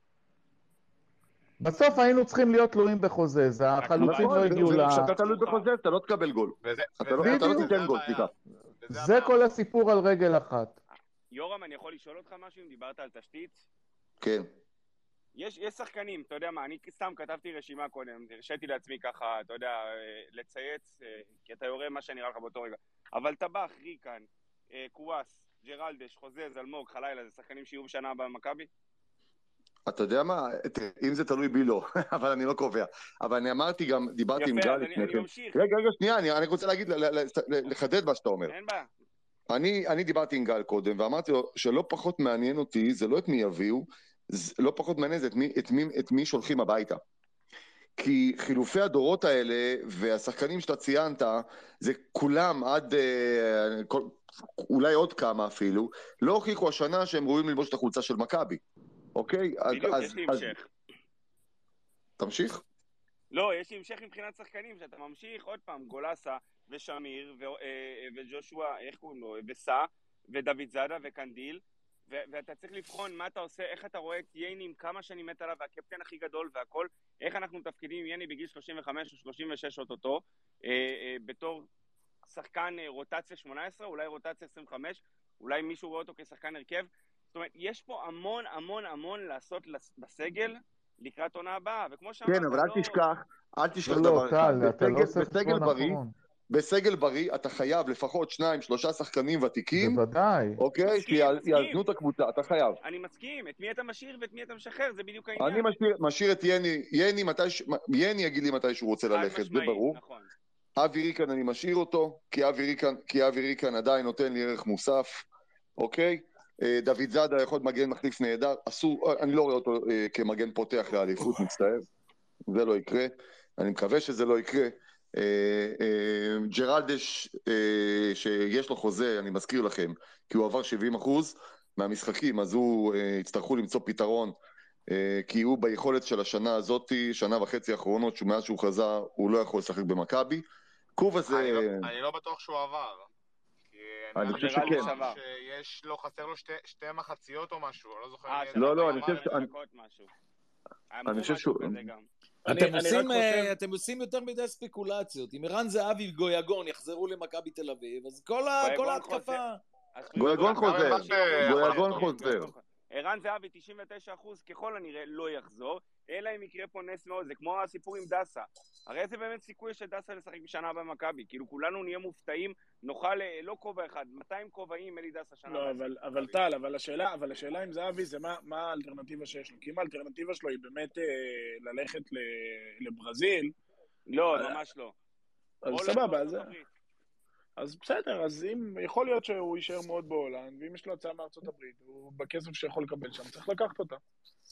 בסוף היינו צריכים להיות תלויים בחוזז, החלוצים לא הגיעו כשאתה תלוי בחוזז, אתה לא תקבל גול. אתה לא תיתן גול, סליחה. זה כל הסיפור על רגל אחת. יורם, אני יכול לשאול אותך משהו אם דיברת על תשתית? כן. יש שחקנים, אתה יודע מה, אני סתם כתבתי רשימה קודם, הרשיתי לעצמי ככה, אתה יודע, לצייץ, כי אתה יורה מה שנראה לך באותו רגע. אבל טבח, ריקן, קואס, ג'רלדש, חוזז, אלמוג, חלילה, זה שחקנים שיהיו בשנה הבאה במכבי? אתה יודע מה, אם זה תלוי בי לא, אבל אני לא קובע. אבל אני אמרתי גם, דיברתי עם גל לפני כן. רגע, שנייה, אני רוצה להגיד, לחדד מה שאתה אומר. אין בעיה. אני דיברתי עם גל קודם, ואמרתי לו שלא פחות מעניין אותי, זה לא את מי יביאו, לא פחות מעניין, זה את מי שולחים הביתה. כי חילופי הדורות האלה, והשחקנים שאתה ציינת, זה כולם עד, אולי עוד כמה אפילו, לא הוכיחו השנה שהם ראויים ללבוש את החולצה של מכבי. אוקיי? בדיוק, יש לי המשך. תמשיך? לא, יש לי המשך מבחינת שחקנים, שאתה ממשיך עוד פעם, גולסה ושמיר וג'ושוע, איך קוראים לו? וסע ודוד זאדה וקנדיל, ואתה צריך לבחון מה אתה עושה, איך אתה רואה את ייני עם כמה שאני מת עליו, והקפטן הכי גדול והכל, איך אנחנו מתפקידים עם ייני בגיל 35 או 36 אותו, בתור שחקן רוטציה 18, אולי רוטציה 25, אולי מישהו רואה אותו כשחקן הרכב. זאת אומרת, יש פה המון לעשות בסגל לקראת עונה הבאה, וכמו שאמרת, כן, אבל אל תשכח דבר אחד, בסגל בריא אתה חייב לפחות 2-3 שחקנים ותיקים, בוודאי, אוקיי, שיאזנו את הקבוצה, אתה חייב. אני מסכים, את מי אתה משאיר ואת מי אתה משחרר, זה בדיוק העניין. אני משאיר את ייני יגיד לי מתי שהוא רוצה ללכת, זה ברור. אבי ריקן אני משאיר אותו, כי אבי ריקן עדיין נותן לי ערך מוסף, אוקיי? דוד זאדה יכול מגן מחליף נהדר, אני לא רואה אותו כמגן פותח לאליפות, מצטער, זה לא יקרה, אני מקווה שזה לא יקרה. ג'רלדש שיש לו חוזה, אני מזכיר לכם, כי הוא עבר 70% מהמשחקים, אז הוא יצטרכו למצוא פתרון, כי הוא ביכולת של השנה הזאת, שנה וחצי האחרונות, שמאז שהוא חזר, הוא לא יכול לשחק במכבי. אני לא בטוח שהוא עבר. אני חושב שכן. שיש לו, חסר לו 2 מחציות או משהו, אני לא זוכר. לא, אני חושב שהוא... אתם עושים יותר מדי ספקולציות. אם ערן זהבי וגויגון יחזרו למכבי תל אביב, אז כל ההתקפה... גויגון חוזר. ערן זהבי 99% ככל הנראה לא יחזור, אלא אם יקרה פה נס מאוד, זה כמו הסיפור עם דסה. הרי איזה באמת סיכוי של דסה לשחק בשנה במכבי, כאילו כולנו נהיה מופתעים, נוכל לא כובע אחד, 200 כובעים אלי דסה שנה. לא, אבל טל, אבל השאלה עם זהבי זה מה האלטרנטיבה שיש לו, כי אם האלטרנטיבה שלו היא באמת ללכת לברזיל, לא, ממש לא. אז סבבה, אז בסדר, אז אם יכול להיות שהוא יישאר מאוד בהולנד, ואם יש לו הצעה מארצות הברית, הוא בכסף שיכול לקבל שם, צריך לקחת אותה.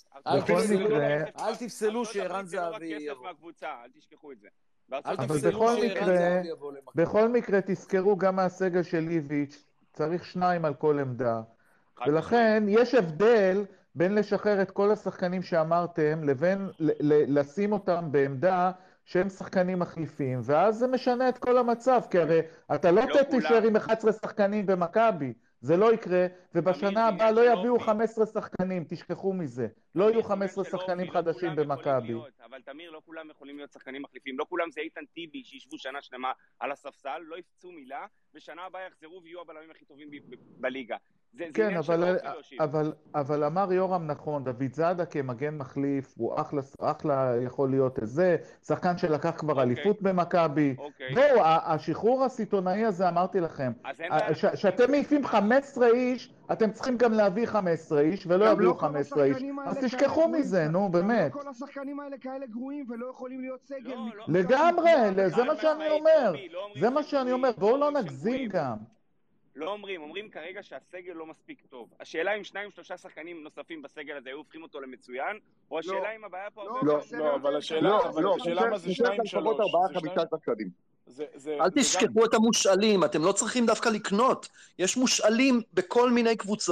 אל תפסלו שערן זהבי יבוא. אל תשכחו את זה. אבל בכל מקרה תזכרו גם מהסגל של איביץ', צריך 2 על כל עמדה. ולכן יש הבדל בין לשחרר את כל השחקנים שאמרתם, לבין לשים אותם בעמדה שהם שחקנים מחליפים, ואז זה משנה את כל המצב, כי הרי אתה לא תישאר עם 11 שחקנים במכבי, זה לא יקרה, ובשנה הבאה לא יביאו 15 שחקנים, תשכחו מזה, לא יהיו 15 שחקנים חדשים במכבי. אבל תמיר, לא כולם יכולים להיות שחקנים מחליפים, לא כולם זה איתן טיבי שישבו שנה שלמה על הספסל, לא יפצו מילה, ושנה הבאה יחזרו ויהיו הבלמים הכי טובים בליגה. כן, אבל אמר יורם נכון, דוד זאדה כמגן מחליף, הוא אחלה יכול להיות איזה, שחקן שלקח כבר אליפות במכבי, זהו, השחרור הסיטונאי הזה אמרתי לכם, שאתם מעיפים 15 איש, אתם צריכים גם להביא 15 איש, ולא יביאו 15 איש, אז תשכחו מזה, נו, באמת. כל השחקנים האלה כאלה גרועים ולא יכולים להיות סגל. לגמרי, זה מה שאני אומר, זה מה שאני אומר, בואו לא נגזים גם. לא אומרים כרגע שהסגל לא מספיק טוב. השאלה אם 2-3 שחקנים נוספים בסגל הזה היו הופכים אותו למצוין, או השאלה אם הבעיה פה... לא, אבל השאלה מה זה 2-3. אל תשכחו את המושאלים, אתם לא צריכים דווקא לקנות. יש מושאלים בכל מיני קבוצות,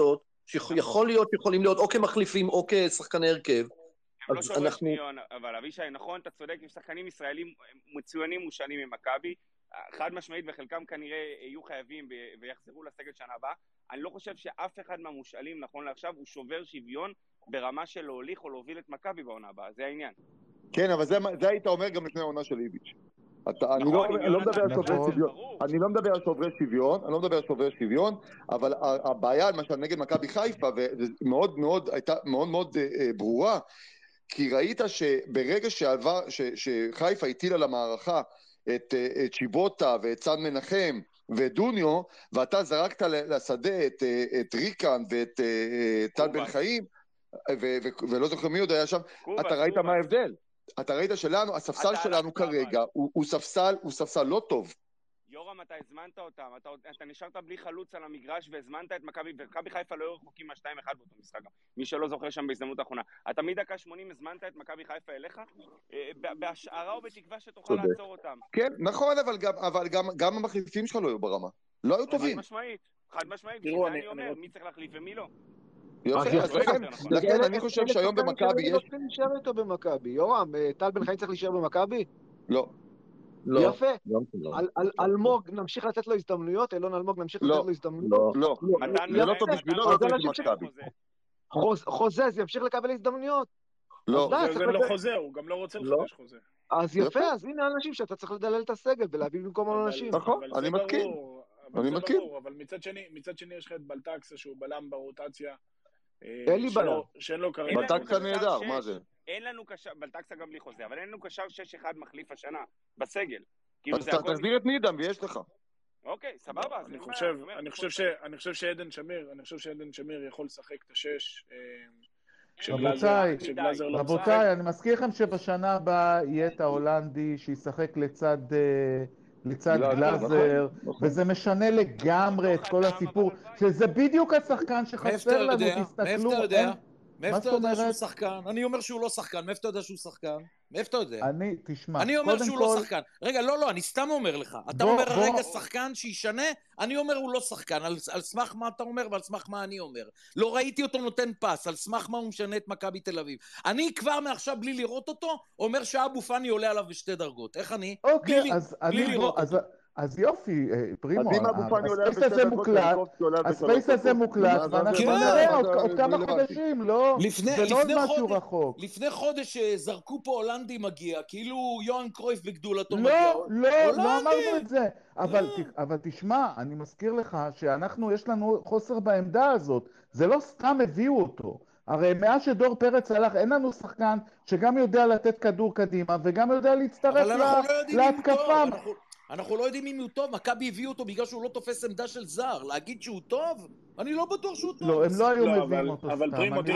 שיכול להיות, יכולים להיות או כמחליפים או כשחקני הרכב. הם לא שובר שניון, אבל אבישי, נכון, אתה צודק, עם שחקנים ישראלים מצוינים מושאלים ממכבי, חד משמעית, וחלקם כנראה יהיו חייבים ויחזרו לסגל שנה הבאה. אני לא חושב שאף אחד מהמושאלים, נכון לעכשיו, הוא שובר שוויון ברמה של להוליך או להוביל את מכבי בעונה הבאה, זה העניין. כן, אבל זה היית אומר גם לפני העונה של איביץ'. אני לא מדבר על שוברי שוויון, אני לא מדבר על שוברי שוויון, אבל הבעיה למשל נגד מכבי חיפה, ומאוד מאוד הייתה מאוד מאוד ברורה, כי ראית שברגע שחיפה הטיל על המערכה את צ'יבוטה ואת צאן מנחם ודוניו, ואתה זרקת לשדה את ריקן ואת טל בן חיים, ולא זוכר מי עוד היה שם, אתה ראית מה ההבדל. אתה ראית שלנו, הספסל שלנו כרגע, הוא ספסל לא טוב. יורם, אתה הזמנת אותם, אתה נשארת בלי חלוץ על המגרש והזמנת את מכבי, ומכבי חיפה לא רחוקים מה-2-1 באותו משחק, מי שלא זוכר שם בהזדמנות האחרונה. אתה מדקה 80 הזמנת את מכבי חיפה אליך, בהשערה או בתקווה שתוכל לעצור אותם. כן, נכון, אבל גם המחליפים שלך לא היו ברמה. לא היו טובים. חד משמעית, שזה אני אומר, מי צריך להחליף ומי לא. יופי, אז לכן אני חושב שהיום במכבי יש... לא צריכים להישאר איתו במכבי. יורם, טל בן חיים צריך להישאר במכבי? לא. יפה. אלמוג, נמשיך לתת לו הזדמנויות? אלון אלמוג, נמשיך לתת לו הזדמנויות? לא. זה לא טוב בשבילו, לא טוב במכבי. חוזה, ימשיך לקבל הזדמנויות? לא. זה לא חוזה, הוא גם לא רוצה לחדש חוזה. אז יפה, אז הנה האנשים שאתה צריך לדלל את הסגל ולהביא במקום אנשים. נכון, אני מכיר. אבל מצד שני יש לך את בלטקסה שהוא בלם ברוטציה. אין לי בעיה. שאין לו כרגע. בלטקסה נהדר, מה זה? אין לנו קשר, בלטקסה גם בלי חוזה, אבל אין לנו קשר 6-1 מחליף השנה, בסגל. תסביר את נידם ויש לך. אוקיי, סבבה. אני חושב שעדן שמיר יכול לשחק את השש. רבותיי, אני מזכיר לכם שבשנה הבאה יהיה את ההולנדי שישחק לצד גלאזר, וזה משנה לגמרי את כל הסיפור, שזה בדיוק השחקן שחסר לנו, תסתכלו. מאיפה אתה יודע שהוא שחקן? אני אומר שהוא לא שחקן, מאיפה אתה יודע שהוא שחקן? מאיפה אתה יודע? תשמע, אני אומר שהוא לא שחקן. רגע, לא, אני סתם אומר לך. אתה אומר רגע שחקן שישנה, אני אומר הוא לא שחקן. על סמך מה אתה אומר ועל סמך מה אני אומר. לא ראיתי אותו נותן פס, על סמך מה הוא משנה את מכבי תל אביב. אני כבר מעכשיו בלי לראות אותו, אומר שאבו פאני עולה עליו בשתי דרגות. איך אני? בלי לראות אותו. אז יופי, פרימו, הספייס הזה מוקלט, ואנחנו נראה עוד כמה חודשים, זה לא עוד משהו רחוק. לפני חודש זרקו פה הולנדי מגיע, כאילו יוהאן קרויף בגדולתו מגיע. לא אמרנו את זה, אבל תשמע, אני מזכיר לך שאנחנו, יש לנו חוסר בעמדה הזאת, זה לא סתם הביאו אותו. הרי מאז שדור פרץ הלך, אין לנו שחקן שגם יודע לתת כדור קדימה, וגם יודע להצטרף להתקפה. אנחנו לא יודעים אם הוא טוב, מכבי הביאו אותו בגלל שהוא לא תופס עמדה של זר. להגיד שהוא טוב? אני לא בטוח שהוא טוב. לא, הם לא היו מביאים אותו סתם.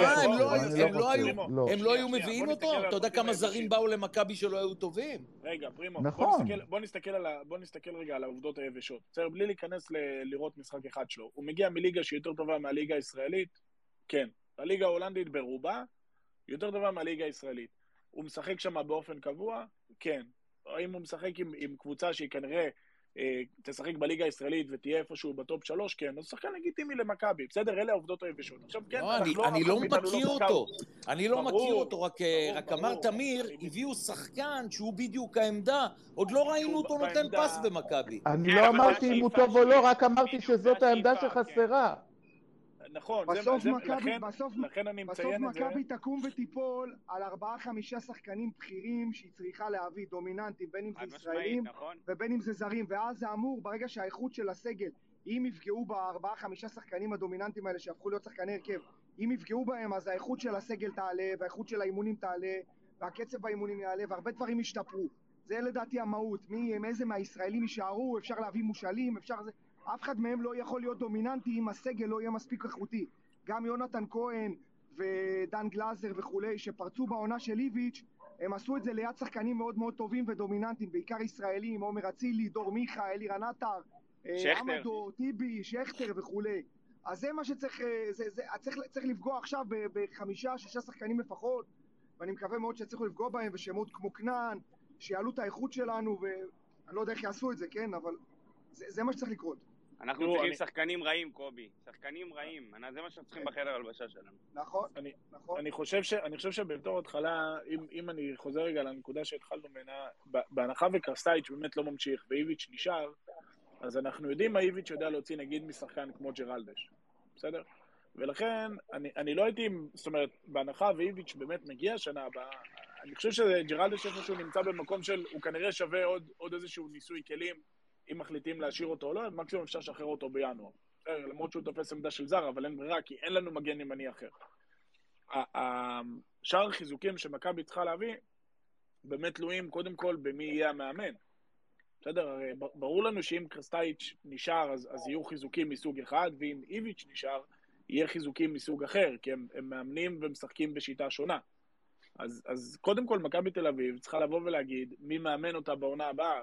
הם לא היו מביאים אותו? אתה יודע כמה זרים באו למכבי שלא היו טובים? רגע, פרימו, בוא נסתכל רגע על העובדות היבשות. צריך בלי להיכנס לראות משחק אחד שלו. הוא מגיע מליגה שהיא יותר טובה מהליגה הישראלית? כן. הליגה ההולנדית ברובה יותר טובה מהליגה הישראלית. הוא משחק שם באופן קבוע? כן. האם הוא משחק עם קבוצה שהיא כנראה תשחק בליגה הישראלית ותהיה איפשהו בטופ 3, כן, אז שחקן לגיטימי למכבי, בסדר, אלה העובדות היבשות. עכשיו כן, אני לא מכיר אותו, אני לא מכיר אותו, רק אמר תמיר, הביאו שחקן שהוא בדיוק העמדה, עוד לא ראינו אותו נותן פס במכבי. אני לא אמרתי אם הוא טוב או לא, רק אמרתי שזאת העמדה שחסרה. נכון, לכן אני מציין את זה. בסוף מכבי תקום ותיפול על 4-5 שחקנים בכירים שהיא צריכה להביא, דומיננטים, בין אם זה ישראלים ובין אם זה זרים, ואז זה אמור, ברגע שהאיכות של הסגל, אם יפגעו ב4-5 שחקנים הדומיננטים האלה שהפכו להיות שחקני הרכב, אם יפגעו בהם, אז האיכות של הסגל תעלה, והאיכות של האימונים תעלה, והקצב באימונים יעלה, והרבה דברים ישתפרו. זה לדעתי המהות, מאיזה מהישראלים יישארו, אפשר להביא מושאלים, אפשר זה... אף אחד מהם לא יכול להיות דומיננטי אם הסגל לא יהיה מספיק איכותי. גם יונתן כהן ודן גלאזר וכולי שפרצו בעונה של איביץ', הם עשו את זה ליד שחקנים מאוד מאוד טובים ודומיננטיים, בעיקר ישראלים, עומר אצילי, דור מיכה, אלירן עטר, עמדו, טיבי, שכטר וכולי. אז זה מה שצריך, צריך לפגוע עכשיו ב5-6 שחקנים לפחות, ואני מקווה מאוד שצריכו לפגוע בהם בשמות כמו כנען, שיעלו את האיכות שלנו, ואני לא יודע איך יעשו את זה, כן, אבל זה מה שצריך לקרות. אנחנו צריכים שחקנים רעים, קובי. שחקנים רעים. זה מה שאנחנו צריכים בחדר הלבשה שלנו. נכון. אני חושב שבתור התחלה, אם אני חוזר רגע לנקודה שהתחלנו ממנה, בהנחה וקרסטייץ' באמת לא ממשיך, ואיביץ' נשאר, אז אנחנו יודעים מה איביץ' יודע להוציא נגיד משחקן כמו ג'רלדש. בסדר? ולכן, אני לא הייתי, זאת אומרת, בהנחה ואיביץ' באמת מגיע השנה הבאה, אני חושב שג'רלדש איפשהו נמצא במקום של, הוא כנראה שווה עוד איזשהו ניסוי כלים, אם מחליטים להשאיר אותו או לא, מקסימום אפשר לשחרר אותו בינואר. למרות שהוא תופס עמדה של זר, אבל אין ברירה, כי אין לנו מגן ימני אחר. שאר החיזוקים שמכבי צריכה להביא, באמת תלויים קודם כל במי יהיה המאמן. בסדר, הרי ברור לנו שאם קרסטייץ' נשאר, אז יהיו חיזוקים מסוג אחד, ואם איביץ' נשאר, יהיה חיזוקים מסוג אחר, כי הם מאמנים ומשחקים בשיטה שונה. אז קודם כל, מכבי תל אביב צריכה לבוא ולהגיד מי מאמן אותה בעונה הבאה,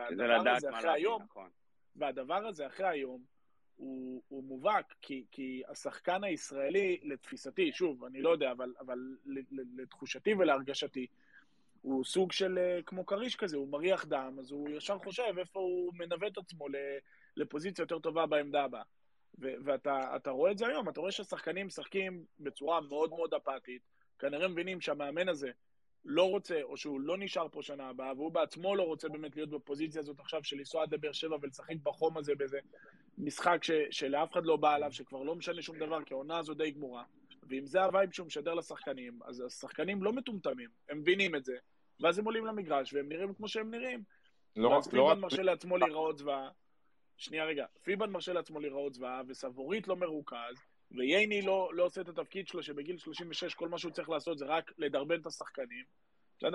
והדבר הזה אחרי היום הוא מובהק, כי השחקן הישראלי, לתפיסתי, שוב, אני לא יודע, אבל לתחושתי ולהרגשתי, הוא סוג של כמו קריש כזה, הוא מריח דם, אז הוא ישר חושב איפה הוא מנווט את עצמו לפוזיציה יותר טובה בעמדה הבאה. ואתה רואה את זה היום, אתה רואה שהשחקנים משחקים בצורה מאוד מאוד אפתית, כנראה מבינים שהמאמן הזה לא רוצה, או שהוא לא נשאר פה שנה הבאה, והוא בעצמו לא רוצה באמת להיות בפוזיציה הזאת עכשיו של לנסוע עד לבאר שבע ולשחק בחום הזה באיזה משחק שלאף אחד לא בא עליו, שכבר לא משנה שום דבר, כי העונה הזו די גמורה. ואם זה הווייב שהוא משדר לשחקנים, אז השחקנים לא מטומטמים, הם מבינים את זה, ואז הם עולים למגרש, והם נראים כמו שהם נראים. ואז פיבן מרשה לעצמו להיראות זוועה, פיבן מרשה לעצמו להיראות זוועה, וסבורית לא מרוכז, וייני לא עושה את התפקיד שלו, שבגיל 36 כל מה שהוא צריך לעשות זה רק לדרבן את השחקנים, בסדר?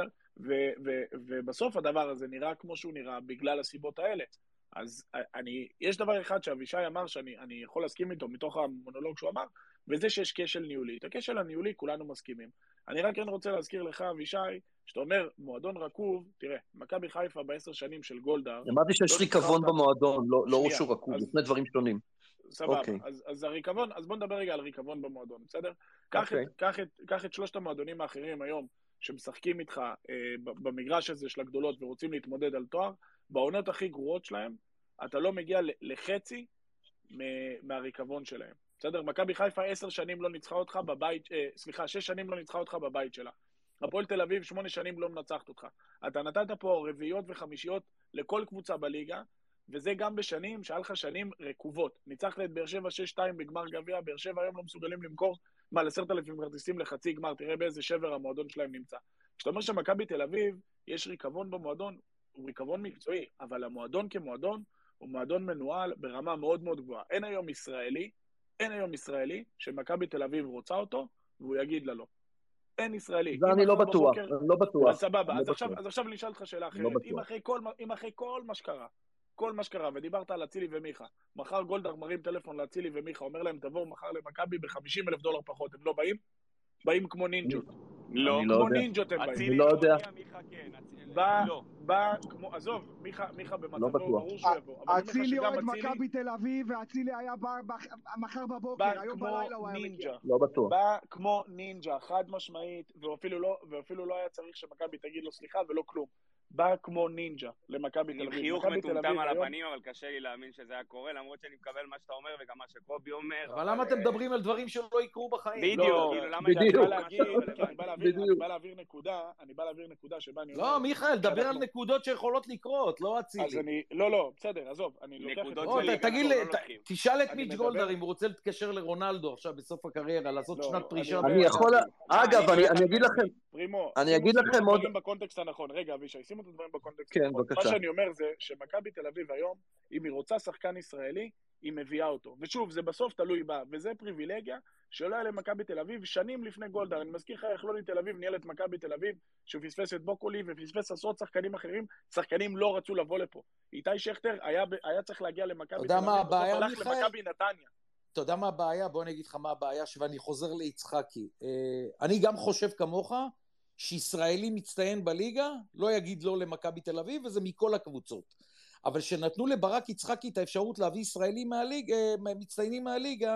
ובסוף הדבר הזה נראה כמו שהוא נראה, בגלל הסיבות האלה. אז יש דבר אחד שאבישי אמר, שאני יכול להסכים איתו, מתוך המונולוג שהוא אמר, וזה שיש כשל ניהולי. את הכשל הניהולי כולנו מסכימים. אני רק רוצה להזכיר לך, אבישי, שאתה אומר, מועדון רקוב, תראה, מכבי חיפה ב10 שנים של גולדהר... אמרתי שיש ריקבון במועדון, לא שהוא רקוב, זה שני דברים שונים. סבבה, אז הריקבון, אז בוא נדבר רגע על ריקבון במועדון, בסדר? קח את שלושת המועדונים האחרים היום, שמשחקים איתך במגרש הזה של הגדולות ורוצים להתמודד על תואר, בעונות הכי גרועות שלהם, אתה לא מגיע לחצי מהריקבון שלהם. בסדר? מכבי חיפה 10 שנים לא ניצחה אותך בבית, 6 שנים לא ניצחה אותך בבית שלה. הפועל תל אביב 8 שנים לא מנצחת אותך. אתה נתת פה רביעיות וחמישיות לכל קבוצה בליגה, וזה גם בשנים שהיה לך שנים רקובות. ניצחת את באר שבע 6-2 בגמר גביע, באר שבע היום לא מסוגלים למכור מעל 10,000 כרטיסים לחצי גמר, תראה באיזה שבר המועדון שלהם נמצא. כשאתה אומר שמכבי תל אביב יש ריקבון במועדון, הוא ריקבון מקצועי, אבל המועדון כמועדון הוא מועדון מנוהל ברמה מאוד מאוד גבוהה. אין היום ישראלי שמכבי תל אביב רוצה אותו, והוא יגיד לה לא. אין ישראלי. זה אני לא בטוח, לא בטוח. אז סבבה, אז עכשיו אני אשאל אותך שאלה אחרת. אם אחרי כל מה שקרה, ודיברת על אצילי ומיכה, מחר גולדהר מרים טלפון לאצילי ומיכה, אומר להם תבואו מחר למכבי $50,000 פחות, הם לא באים? באים כמו נינג'ות. לא, כמו נינג'ות הם באים. אני לא יודע. בא כמו, עזוב, מיכה במצבו, ברור שהוא יבוא. אצילי אוהד מכבי תל אביב, ואצילי היה מחר בבוקר, היום בלילה הוא היה מגיע. לא בטוח. בא כמו נינג'ה, חד משמעית, ואפילו לא היה צריך שמכבי תגיד לו סליחה ולא כלום. בא כמו נינג'ה למכבי תל אביב. עם חיוך מטומטם על הפנים, אבל קשה לי להאמין שזה היה קורה, למרות שאני מקבל מה שאתה אומר וגם מה שקובי אומר. אבל למה אתם מדברים על דברים שלא יקרו בחיים? בדיוק. אני בא להעביר נקודה שבה אני אומר... לא, מיכאל, דבר על נקודות שיכולות לקרות, לא אצילי. לא, בסדר, עזוב. תגיד לי, תשאל את מיץ' גולדהר אם הוא רוצה להתקשר לרונלדו עכשיו בסוף הקריירה, לעשות שנת פרישה. אני יכול... אגב, אני אגיד לכם... אני אגיד לכם עוד... בקונטקסט הנכון. רגע, אבישי, שימו את הדברים בקונטקסט. כן, בבקשה. מה שאני אומר זה שמכבי תל אביב היום, אם היא רוצה שחקן ישראלי, היא מביאה אותו. ושוב, זה בסוף תלוי בה, וזה פריבילגיה שלא היה למכבי תל אביב שנים לפני גולדהר. אני מזכיר לך איך לא תל אביב ניהל את מכבי תל אביב, שהוא פספס את בוקולי ופספס עשרות שחקנים אחרים, שחקנים לא רצו לבוא לפה. איתי שכטר היה צריך להגיע למכבי תל אביב, בסוף הלך למכבי נתניה. אתה יודע מה הבעיה? בוא אני אגיד לך מה הבעיה, ואני חוזר ליצחקי. אני גם חושב כמוך, שישראלי מצטיין בליגה, לא יגיד לא למכבי תל אביב, וזה מכל הקבוצות. אבל שנתנו לברק יצחקי את האפשרות להביא ישראלים מצטיינים מהליגה,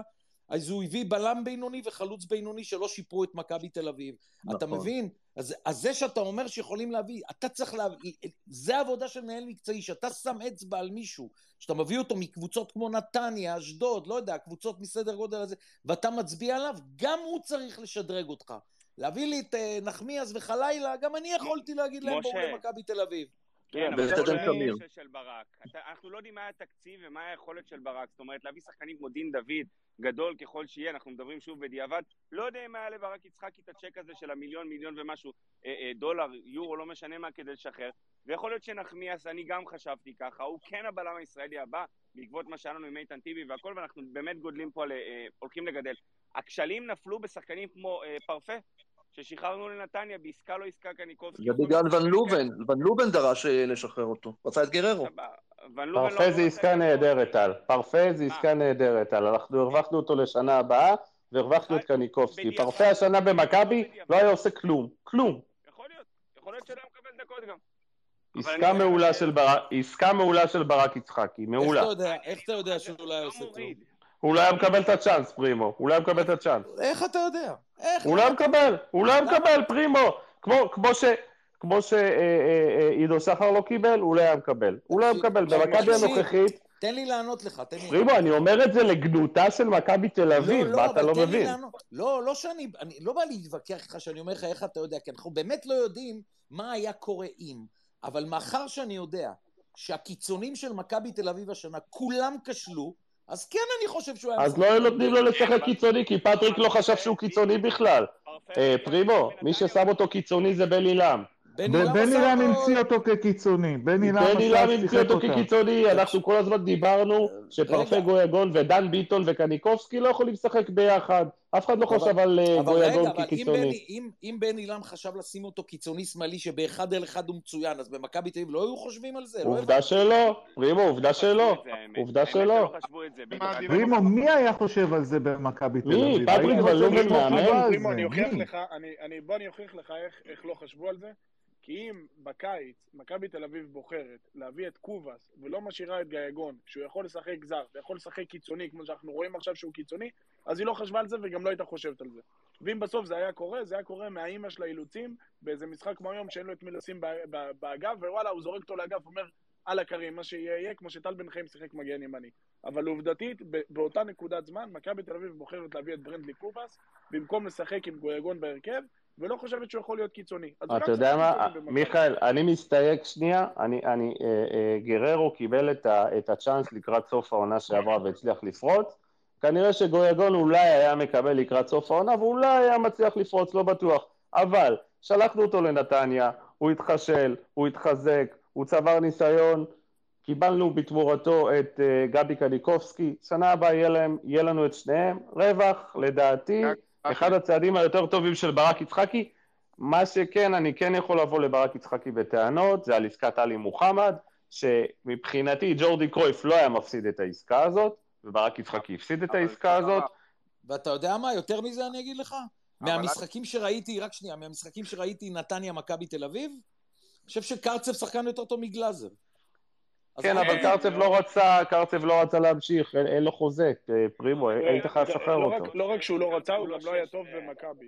אז הוא הביא בלם בינוני וחלוץ בינוני שלא שיפרו את מכבי תל אביב. אתה מבין? אז זה שאתה אומר שיכולים להביא, אתה צריך להביא, זה העבודה של מנהל מקצועי, שאתה שם אצבע על מישהו, שאתה מביא אותו מקבוצות כמו נתניה, אשדוד, לא יודע, קבוצות מסדר גודל הזה, ואתה מצביע עליו, גם הוא צריך לשדרג אותך. להביא לי את נחמיאס וחלילה, גם אני יכולתי להגיד להם בואו למכבי תל אביב. כן, אבל זה לא של ברק. אנחנו לא יודעים מה התקציב ומה היכולת של ברק. זאת אומרת, להביא שחקנים כמו דין דוד, גדול ככל שיהיה, אנחנו מדברים שוב בדיעבד, לא יודע אם היה לברק יצחקי את הצ'ק הזה של $1,000,000 ומשהו דולר, יורו, לא משנה מה כדי לשחרר. ויכול להיות שנחמיאס, אני גם חשבתי ככה, הוא כן הבלם הישראלי הבא, בעקבות מה שהיה לנו עם איתן טיבי והכל, ואנחנו באמת גודלים פה, הולכים לגדל. הכשלים נפלו בשחקנים כמו פרפה, ששחררנו לנתניה, בעסקה לא עסקה קניקובסקי. זה בגלל ון לובן דרש לשחרר אותו, רצה את גררו. פרפה זה עסקה נהדרת, טל. פרפה זה עסקה נהדרת, טל. אנחנו הרווחנו אותו לשנה הבאה, והרווחנו את קניקובסקי. פרפה השנה במכבי לא היה עושה כלום. כלום. יכול להיות שלא מקבל דקות גם. עסקה מעולה של ברק יצחקי, מעולה. איך אתה יודע שהוא לא היה עושה כלום? הוא לא היה מקבל את הצ'אנס, פרימו. הוא לא היה מקבל את הצ'אנס. איך אתה יודע? הוא לא היה מקבל, פרימו. כמו שעידו שחר לא קיבל, הוא לא היה מקבל. הוא לא היה מקבל. במכבי הנוכחית... תן לי לענות לך. פרימו, אני אומר את זה לגנותה של מכבי תל אביב, מה אתה לא מבין? לא שאני... לא בא להתווכח לך שאני אומר לך איך אתה יודע, כי אנחנו באמת לא יודעים מה היה קורה אם. אבל מאחר שאני יודע שהקיצונים של מכבי תל אביב השנה כולם כשלו, אז כן אני חושב שהוא היה... אז לא נותנים לו לשחק קיצוני, כי פטריק לא חשב שהוא קיצוני בכלל. פרימו, מי ששם אותו קיצוני זה בן אילם. בן אילם המציא אותו כקיצוני. בן אילם המציא אותו כקיצוני, אנחנו כל הזמן דיברנו שפרפה גויגון ודן ביטון וקניקובסקי לא יכולים לשחק ביחד. אף אחד לא חשב על גויגון כקיצוני. אם בן אילם חשב לשים אותו קיצוני שמאלי שבאחד אל אחד הוא מצוין, אז במכבי תל אביב לא היו חושבים על זה? עובדה שלא, פרימו, עובדה שלא. עובדה שלא. פרימו, מי היה חושב על זה במכבי תל אביב? מי? פטריק ולובן מאמן? פרימו, אני אוכיח לך איך לא חשבו על זה. כי אם בקיץ מכבי תל אביב בוחרת להביא את קובס ולא משאירה את גייגון, שהוא יכול לשחק זר ויכול לשחק קיצוני כמו שאנחנו רואים עכשיו שהוא קיצוני, אז היא לא חשבה על זה וגם לא הייתה חושבת על זה. ואם בסוף זה היה קורה, זה היה קורה מהאימא של האילוצים באיזה משחק כמו היום שאין לו את מי לשים באגף, ווואלה הוא זורק אותו לאגף, אומר על הקרים, מה שיהיה כמו שטל בן חיים שיחק מגן ימני. אבל עובדתית, באותה נקודת זמן, מכבי תל אביב בוחרת להביא את ברנדלי קובס במקום לשחק עם גויגון בהרכב, ולא חושבת שהוא יכול להיות קיצוני. אתה יודע מה, מיכאל, אני מסתייג שנייה, גררו קיבל את הצ'אנס לקראת סוף העונה שעברה והצליח לפרוץ, כנראה שגויגון אולי היה מקבל לקראת סוף העונה, ואולי היה מצליח לפרוץ, לא בטוח, אבל שלחנו אותו לנתניה, הוא התחשל, הוא התחזק, הוא צבר ניסיון, קיבלנו בתמורתו את גבי קניקובסקי, שנה הבאה יהיה לנו את שניהם, רווח, לדעתי, אחד הצעדים היותר טובים של ברק יצחקי. מה שכן, אני כן יכול לבוא לברק יצחקי בטענות, זה על עסקת עלי מוחמד, שמבחינתי ג'ורדי קרויף לא היה מפסיד את העסקה הזאת, וברק יצחקי הפסיד את העסקה הזאת. ואתה יודע מה, יותר מזה אני אגיד לך? מהמשחקים שראיתי, רק שנייה, מהמשחקים שראיתי נתניה מכבי תל אביב, אני חושב שקרצב שחקן יותר טוב מגלאזר. כן, אבל קרצב לא רצה להמשיך, אין לו חוזה, פרימו, היית חייב לשחרר אותו. לא רק שהוא לא רצה, הוא גם לא היה טוב במכבי.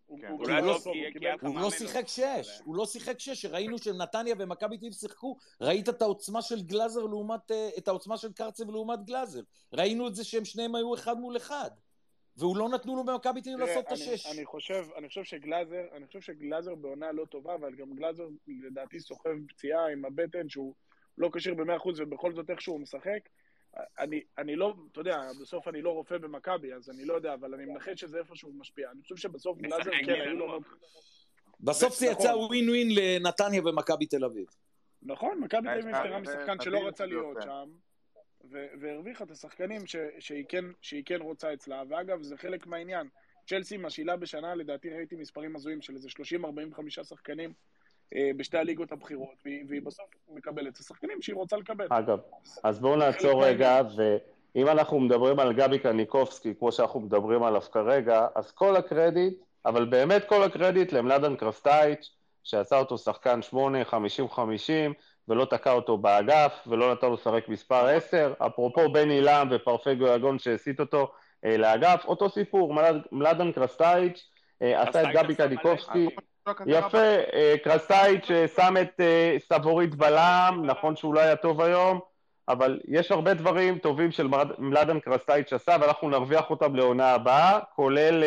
הוא לא שיחק 6, הוא לא שיחק 6, ראינו שנתניה ומכבי תל אביב שיחקו, ראית את העוצמה של גלאזר לעומת, את העוצמה של קרצב לעומת גלאזר, ראינו את זה שהם שניהם היו אחד מול אחד, והוא לא נתנו לו במכבי תל אביב לעשות את 6. אני חושב שגלאזר בעונה לא טובה, אבל גם גלאזר לדעתי סוחב פציעה עם הבטן שהוא לא קשיר ב100% ובכל זאת איך שהוא משחק. אני לא, אתה יודע, בסוף אני לא רופא במכבי, אז אני לא יודע, אבל אני מנחת שזה איפשהו משפיע. אני חושב שבסוף גלאזר כן היו לו... בסוף זה יצא ווין ווין לנתניה ומכבי תל אביב. נכון, מכבי תל אביב נפטרה משחקן שלא רצה להיות שם, והרוויחה את השחקנים שהיא כן רוצה אצלה, ואגב זה חלק מהעניין. צ'לסי משאילה בשנה, לדעתי ראיתי מספרים הזויים של איזה 30-45 שחקנים, בשתי הליגות הבחירות, והיא בסוף מקבלת את השחקנים שהיא רוצה לקבל. אגב, אז בואו נעצור רגע, ואם אנחנו מדברים על גבי קניקובסקי, כמו שאנחנו מדברים עליו כרגע, אז כל הקרדיט, אבל באמת כל הקרדיט למלאדן קרסטייץ', שעשה אותו שחקן 8, 50-50, ולא תקע אותו באגף, ולא נתן לו לשחק מספר 10, אפרופו בן אילם ופרפה גויגון שהסיט אותו, לאגף, אותו סיפור, מלאדן קרסטייץ' עשה את גבי קדיקובסקי, יפה, קרסטייץ' שם את סבורית בלם, נכון שהוא לא היה טוב היום, אבל יש הרבה דברים טובים של מלאדן קרסטייץ' עשה, ואנחנו נרוויח אותם לעונה הבאה, כולל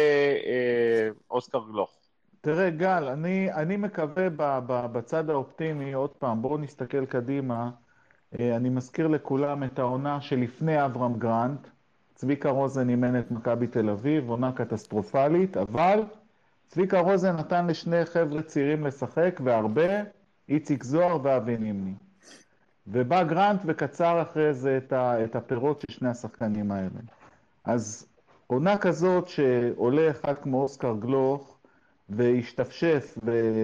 אוסקר גלוך. תראה גל, אני מקווה בצד האופטימי, עוד פעם, בואו נסתכל קדימה, אני מזכיר לכולם את העונה שלפני אברהם גרנט, צביקה רוזן אימן את מכבי תל אביב, עונה קטסטרופלית, אבל צביקה רוזן נתן לשני חבר'ה צעירים לשחק, והרבה, איציק זוהר ואבי נימני. ובא גרנט וקצר אחרי זה את הפירות של שני השחקנים האלה. אז עונה כזאת שעולה אחד כמו אוסקר גלוך, וישתפשף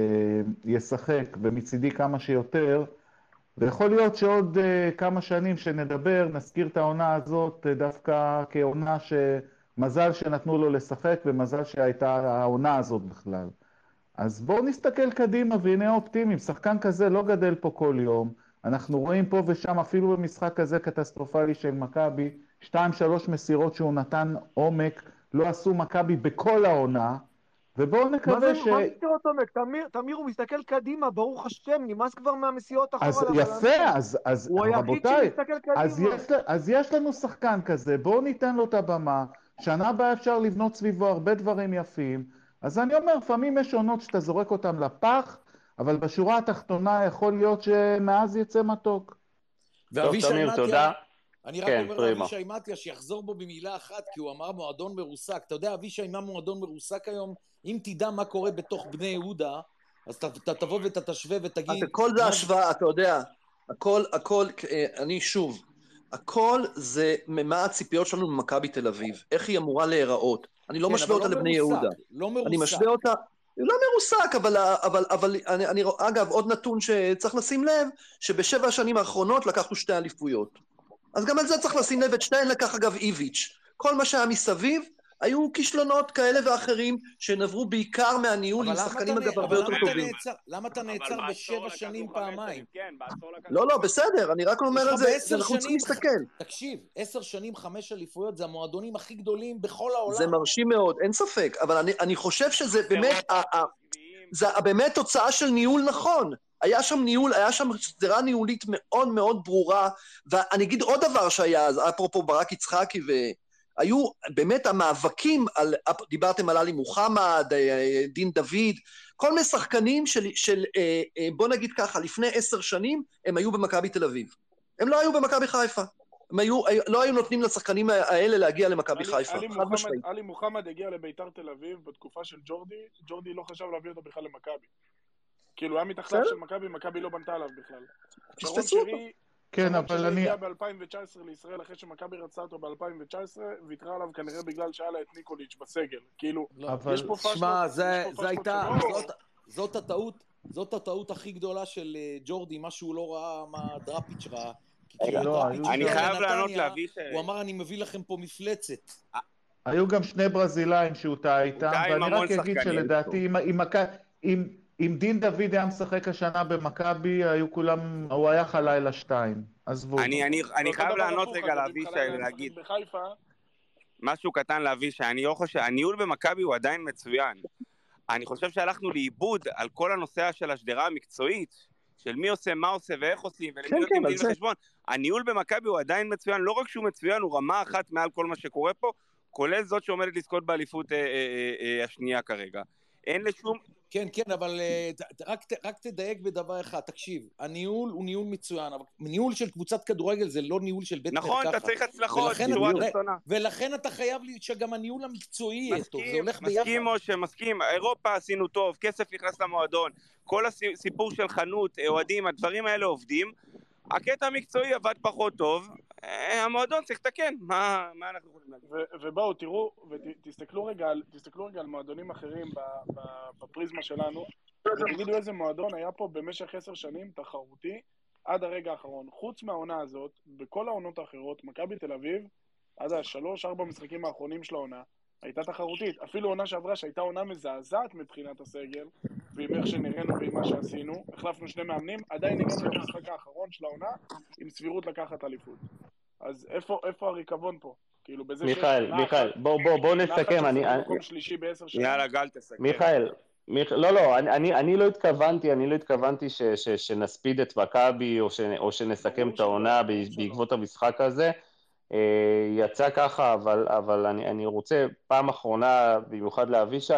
וישחק, ומצידי כמה שיותר, ויכול להיות שעוד כמה שנים שנדבר, נזכיר את העונה הזאת דווקא כעונה שמזל שנתנו לו לשחק, ומזל שהייתה העונה הזאת בכלל. אז בואו נסתכל קדימה, והנה האופטימיים, שחקן כזה לא גדל פה כל יום, אנחנו רואים פה ושם, אפילו במשחק כזה קטסטרופלי של מכבי, 2-3 מסירות שהוא נתן עומק, לא עשו מכבי בכל העונה, ובואו נקווה מה מסירות עומק? תמיר הוא מסתכל קדימה, ברוך השם, נמאס כבר מהמסירות אחורה. אז יפה, אז הוא היחיד רבותיי, שמסתכל קדימה. אז יש לנו שחקן כזה, בואו ניתן לו את הבמה, שנה הבאה אפשר לבנות סביבו הרבה דברים יפים, אז אני אומר, לפעמים יש עונות שאתה זורק אותם לפח, אבל בשורה התחתונה יכול להיות שמאז יצא מתוק. ואבישי מתיה, אני רק כן, אומר לאבישי מתיה שיחזור בו במילה אחת, כי הוא אמר מועדון מרוסק. אתה יודע, אבישי, מה מועדון מרוסק היום? אם תדע מה קורה בתוך בני יהודה, אז אתה תבוא ואתה תשווה ותגיד... הכל זה השוואה, אתה יודע. הכל, אני שוב, הכל זה מה הציפיות שלנו במכבי תל אביב. איך היא אמורה להיראות. אני לא משווה אותה לבני יהודה. לא מרוסק. אני משווה אותה... לא מרוסק, אבל אני אגב, עוד נתון שצריך לשים לב, שבשבע השנים האחרונות לקחנו 2 אליפויות. אז גם על זה צריך לשים לב, את שתיהן לקח אגב איביץ'. כל מה שהיה מסביב, היו כישלונות כאלה ואחרים, שנעברו בעיקר מהניהול עם שחקנים אגב הרבה יותר טובים. למה אתה נעצר ב7 שנים פעמיים? לא, בסדר, אני רק אומר את זה, אנחנו צריכים להסתכל. תקשיב, 10 שנים 5 אליפויות, זה המועדונים הכי גדולים בכל העולם. זה מרשים מאוד, אין ספק, אבל אני חושב שזה באמת, זה באמת תוצאה של ניהול נכון. היה שם ניהול, היה שם סדרה ניהולית מאוד מאוד ברורה, ואני אגיד עוד דבר שהיה, אז אפרופו ברק יצחקי, והיו באמת המאבקים, דיברתם על עלי מוחמד, דין דוד, כל מיני שחקנים של בוא נגיד ככה, לפני 10 שנים, הם היו במכבי תל אביב. הם לא היו במכבי חיפה. לא היו נותנים לשחקנים האלה להגיע למכבי חיפה. עלי מוחמד הגיע לביתר תל אביב בתקופה של ג'ורדי לא חשב להביא אותו בכלל למכבי. כאילו היה מתחלף של מכבי לא בנתה עליו בכלל. שרון שרי הגיע ב-2019 לישראל אחרי שמכבי רצה אותו ב-2019, ויתרה עליו כנראה בגלל שהיה לה את ניקוליץ' בסגל. כאילו, יש פה פשלות. שמע, זאת הטעות הכי גדולה של ג'ורדי, מה שהוא לא ראה, מה דראפיץ' ראה. אני חייב לענות לאבישי. הוא אמר, אני מביא לכם פה מפלצת. היו גם 2 ברזילאים שהוא טעה איתם, ואני רק אגיד שלדעתי, אם דין דוד היה משחק השנה במכבי, הוא היה חלילה 2. אני חייב לענות רגע לאבישי ולהגיד משהו קטן לאבישי. אני לא חושב, הניהול במכבי הוא עדיין מצוין. אני חושב שהלכנו לאיבוד על כל הנושא של השדרה המקצועית, של מי עושה, מה עושה ואיך עושים, ולמי נותנים דין וחשבון. הניהול במכבי הוא עדיין מצוין, לא רק שהוא מצוין, הוא רמה אחת מעל כל מה שקורה פה, כולל זאת שעומדת לזכות באליפות השנייה כרגע. אין לשום... כן, אבל רק תדייק בדבר אחד, תקשיב, הניהול הוא ניהול מצוין, אבל ניהול של קבוצת כדורגל זה לא ניהול של בית מרקחת. נכון, אתה צריך הצלחות, ולכן אתה חייב שגם הניהול המקצועי יהיה טוב, זה הולך ביחד. מסכים משה, מסכים, אירופה עשינו טוב, כסף נכנס למועדון, כל הסיפור של חנות, אוהדים, הדברים האלה עובדים, הקטע המקצועי עבד פחות טוב, המועדון צריך לתקן, מה אנחנו יכולים להגיד? ובואו, תראו, ותסתכלו רגע על מועדונים אחרים בפריזמה שלנו, ותגידו איזה מועדון היה פה במשך 10 שנים תחרותי עד הרגע האחרון. חוץ מהעונה הזאת, בכל העונות האחרות, מכבי תל אביב, עד 3-4 משחקים האחרונים של העונה, הייתה תחרותית. אפילו עונה שעברה שהייתה עונה מזעזעת מבחינת הסגל, ועם איך שנראינו ועם מה שעשינו, החלפנו 2 מאמנים, עדיין הגענו למשחק האחרון של העונה, עם סבירות לקחת אליפות. אז איפה הריקבון פה? כאילו בזה מיכאל, בוא נסכם. מקום שלישי ב10 שנים. יאללה, גל תסכם. מיכאל, לא, אני לא התכוונתי שנספיד את מכבי או שנסכם את העונה בעקבות המשחק הזה. יצא ככה, אבל אני רוצה פעם אחרונה, במיוחד לאבישי,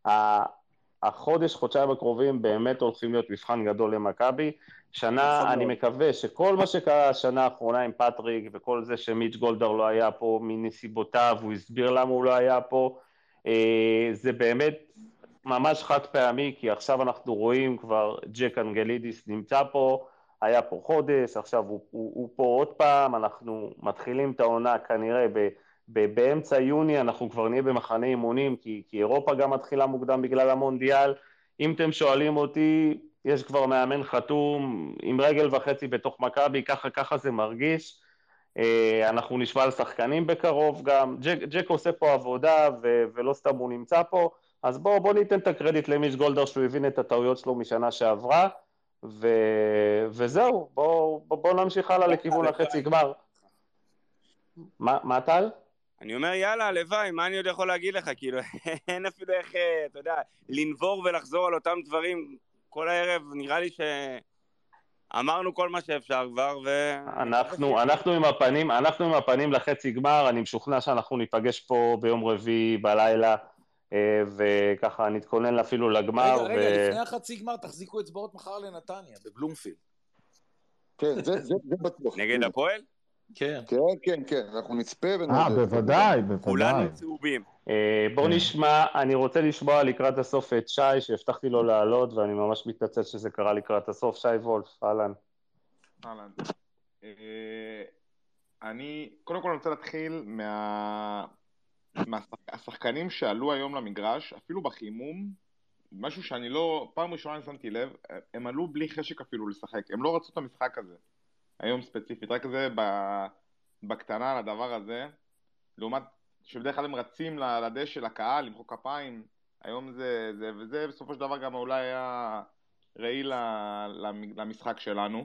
חודשיים הקרובים באמת הולכים להיות מבחן גדול למכבי. שנה, אני מקווה שכל מה שקרה השנה האחרונה עם פטריק, וכל זה שמיץ' גולדהר לא היה פה מנסיבותיו, הוא הסביר למה הוא לא היה פה, זה באמת ממש חד פעמי, כי עכשיו אנחנו רואים כבר ג'ק אנגלידיס נמצא פה, היה פה חודש, עכשיו הוא פה עוד פעם, אנחנו מתחילים את העונה כנראה באמצע יוני, אנחנו כבר נהיה במחנה אימונים, כי אירופה גם מתחילה מוקדם בגלל המונדיאל. אם אתם שואלים אותי, יש כבר מאמן חתום עם רגל וחצי בתוך מכבי, ככה זה מרגיש. אנחנו נשמע על שחקנים בקרוב גם, ג'ק עושה פה עבודה ולא סתם הוא נמצא פה, אז בוא ניתן את הקרדיט למיץ' גולדהר שהוא הבין את הטעויות שלו משנה שעברה, וזהו, בוא נמשיך הלאה לכיוון החצי גמר. מה טל? אני אומר יאללה, הלוואי, מה אני עוד יכול להגיד לך? כאילו, אין אפילו איך, אתה יודע, לנבור ולחזור על אותם דברים כל הערב, נראה לי שאמרנו כל מה שאפשר כבר, אנחנו עם הפנים לחצי גמר, אני משוכנע שאנחנו ניפגש פה ביום רביעי בלילה, וככה נתכונן אפילו לגמר. רגע, לפני החצי גמר תחזיקו אצבעות מחר לנתניה, בבלומפילד. כן, זה בטוח. נגד הפועל? כן. כן, אנחנו נצפה בוודאי. כולנו צהובים. בוא נשמע, אני רוצה לשמוע לקראת הסוף את שי, שהבטחתי לו לעלות, ואני ממש מתנצל שזה קרה לקראת הסוף. שי וולף, אהלן. אהלן. אני, קודם כל אני רוצה להתחיל מהשחקנים שעלו היום למגרש, אפילו בחימום, משהו שאני לא, פעם ראשונה אני שמתי לב, הם עלו בלי חשק אפילו לשחק, הם לא רצו את המשחק הזה. היום ספציפית, רק זה בקטנה על הדבר הזה, לעומת שבדרך כלל הם רצים לדשא, לקהל, למחוא כפיים, היום וזה בסופו של דבר גם אולי היה ראי למשחק שלנו.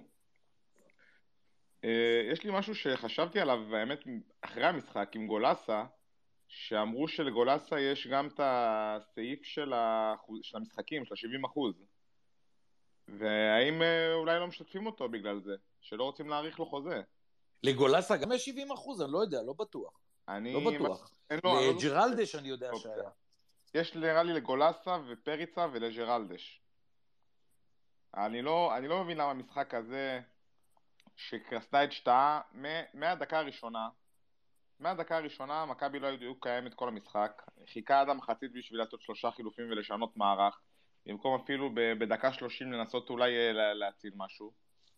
יש לי משהו שחשבתי עליו, האמת, אחרי המשחק עם גולסה, שאמרו שלגולסה יש גם את הסעיף של המשחקים, של 70%. והאם אולי לא משתתפים אותו בגלל זה? שלא רוצים להאריך לו חוזה. לגולסה גם יש 70%, אני לא יודע, לא בטוח. לא בטוח. לג'רלדש אני יודע שהיה. יש נראה לי לגולסה ופריצה ולג'רלדש. אני לא מבין למה המשחק הזה שקרסטייץ' טעה מהדקה הראשונה מכבי לא היו קיימת כל המשחק. חיכה עד המחצית בשביל לעשות 3 חילופים ולשנות מערך. במקום אפילו בדקה 30 לנסות אולי להציל משהו.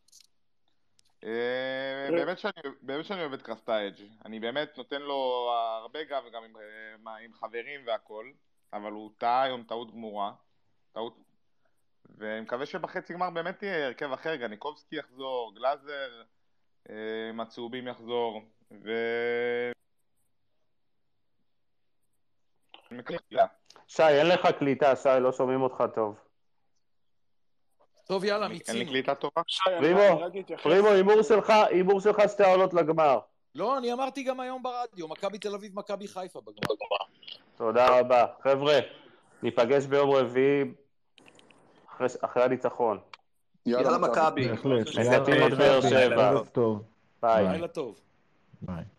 באמת שאני אוהב את קרסטייג', אני באמת נותן לו הרבה גב גם עם חברים והכל, אבל הוא טעה היום טעות גמורה, ואני מקווה שבחצי גמר באמת יהיה הרכב אחר, גניקובסקי יחזור, גלאזר, מצהובים יחזור, שי, אין לך קליטה, שי, לא שומעים אותך טוב. טוב, יאללה, מיצינו. אין לי קליטה טובה. פרימו, הימור שלך 2 עולות לגמר. לא, אני אמרתי גם היום ברדיו, מכבי תל אביב, מכבי חיפה בגמר. תודה רבה. חבר'ה, ניפגש ביום רביעי אחרי הניצחון. יאללה מכבי. מסתים את באר שבע. טוב. ביי. לילה טוב. ביי.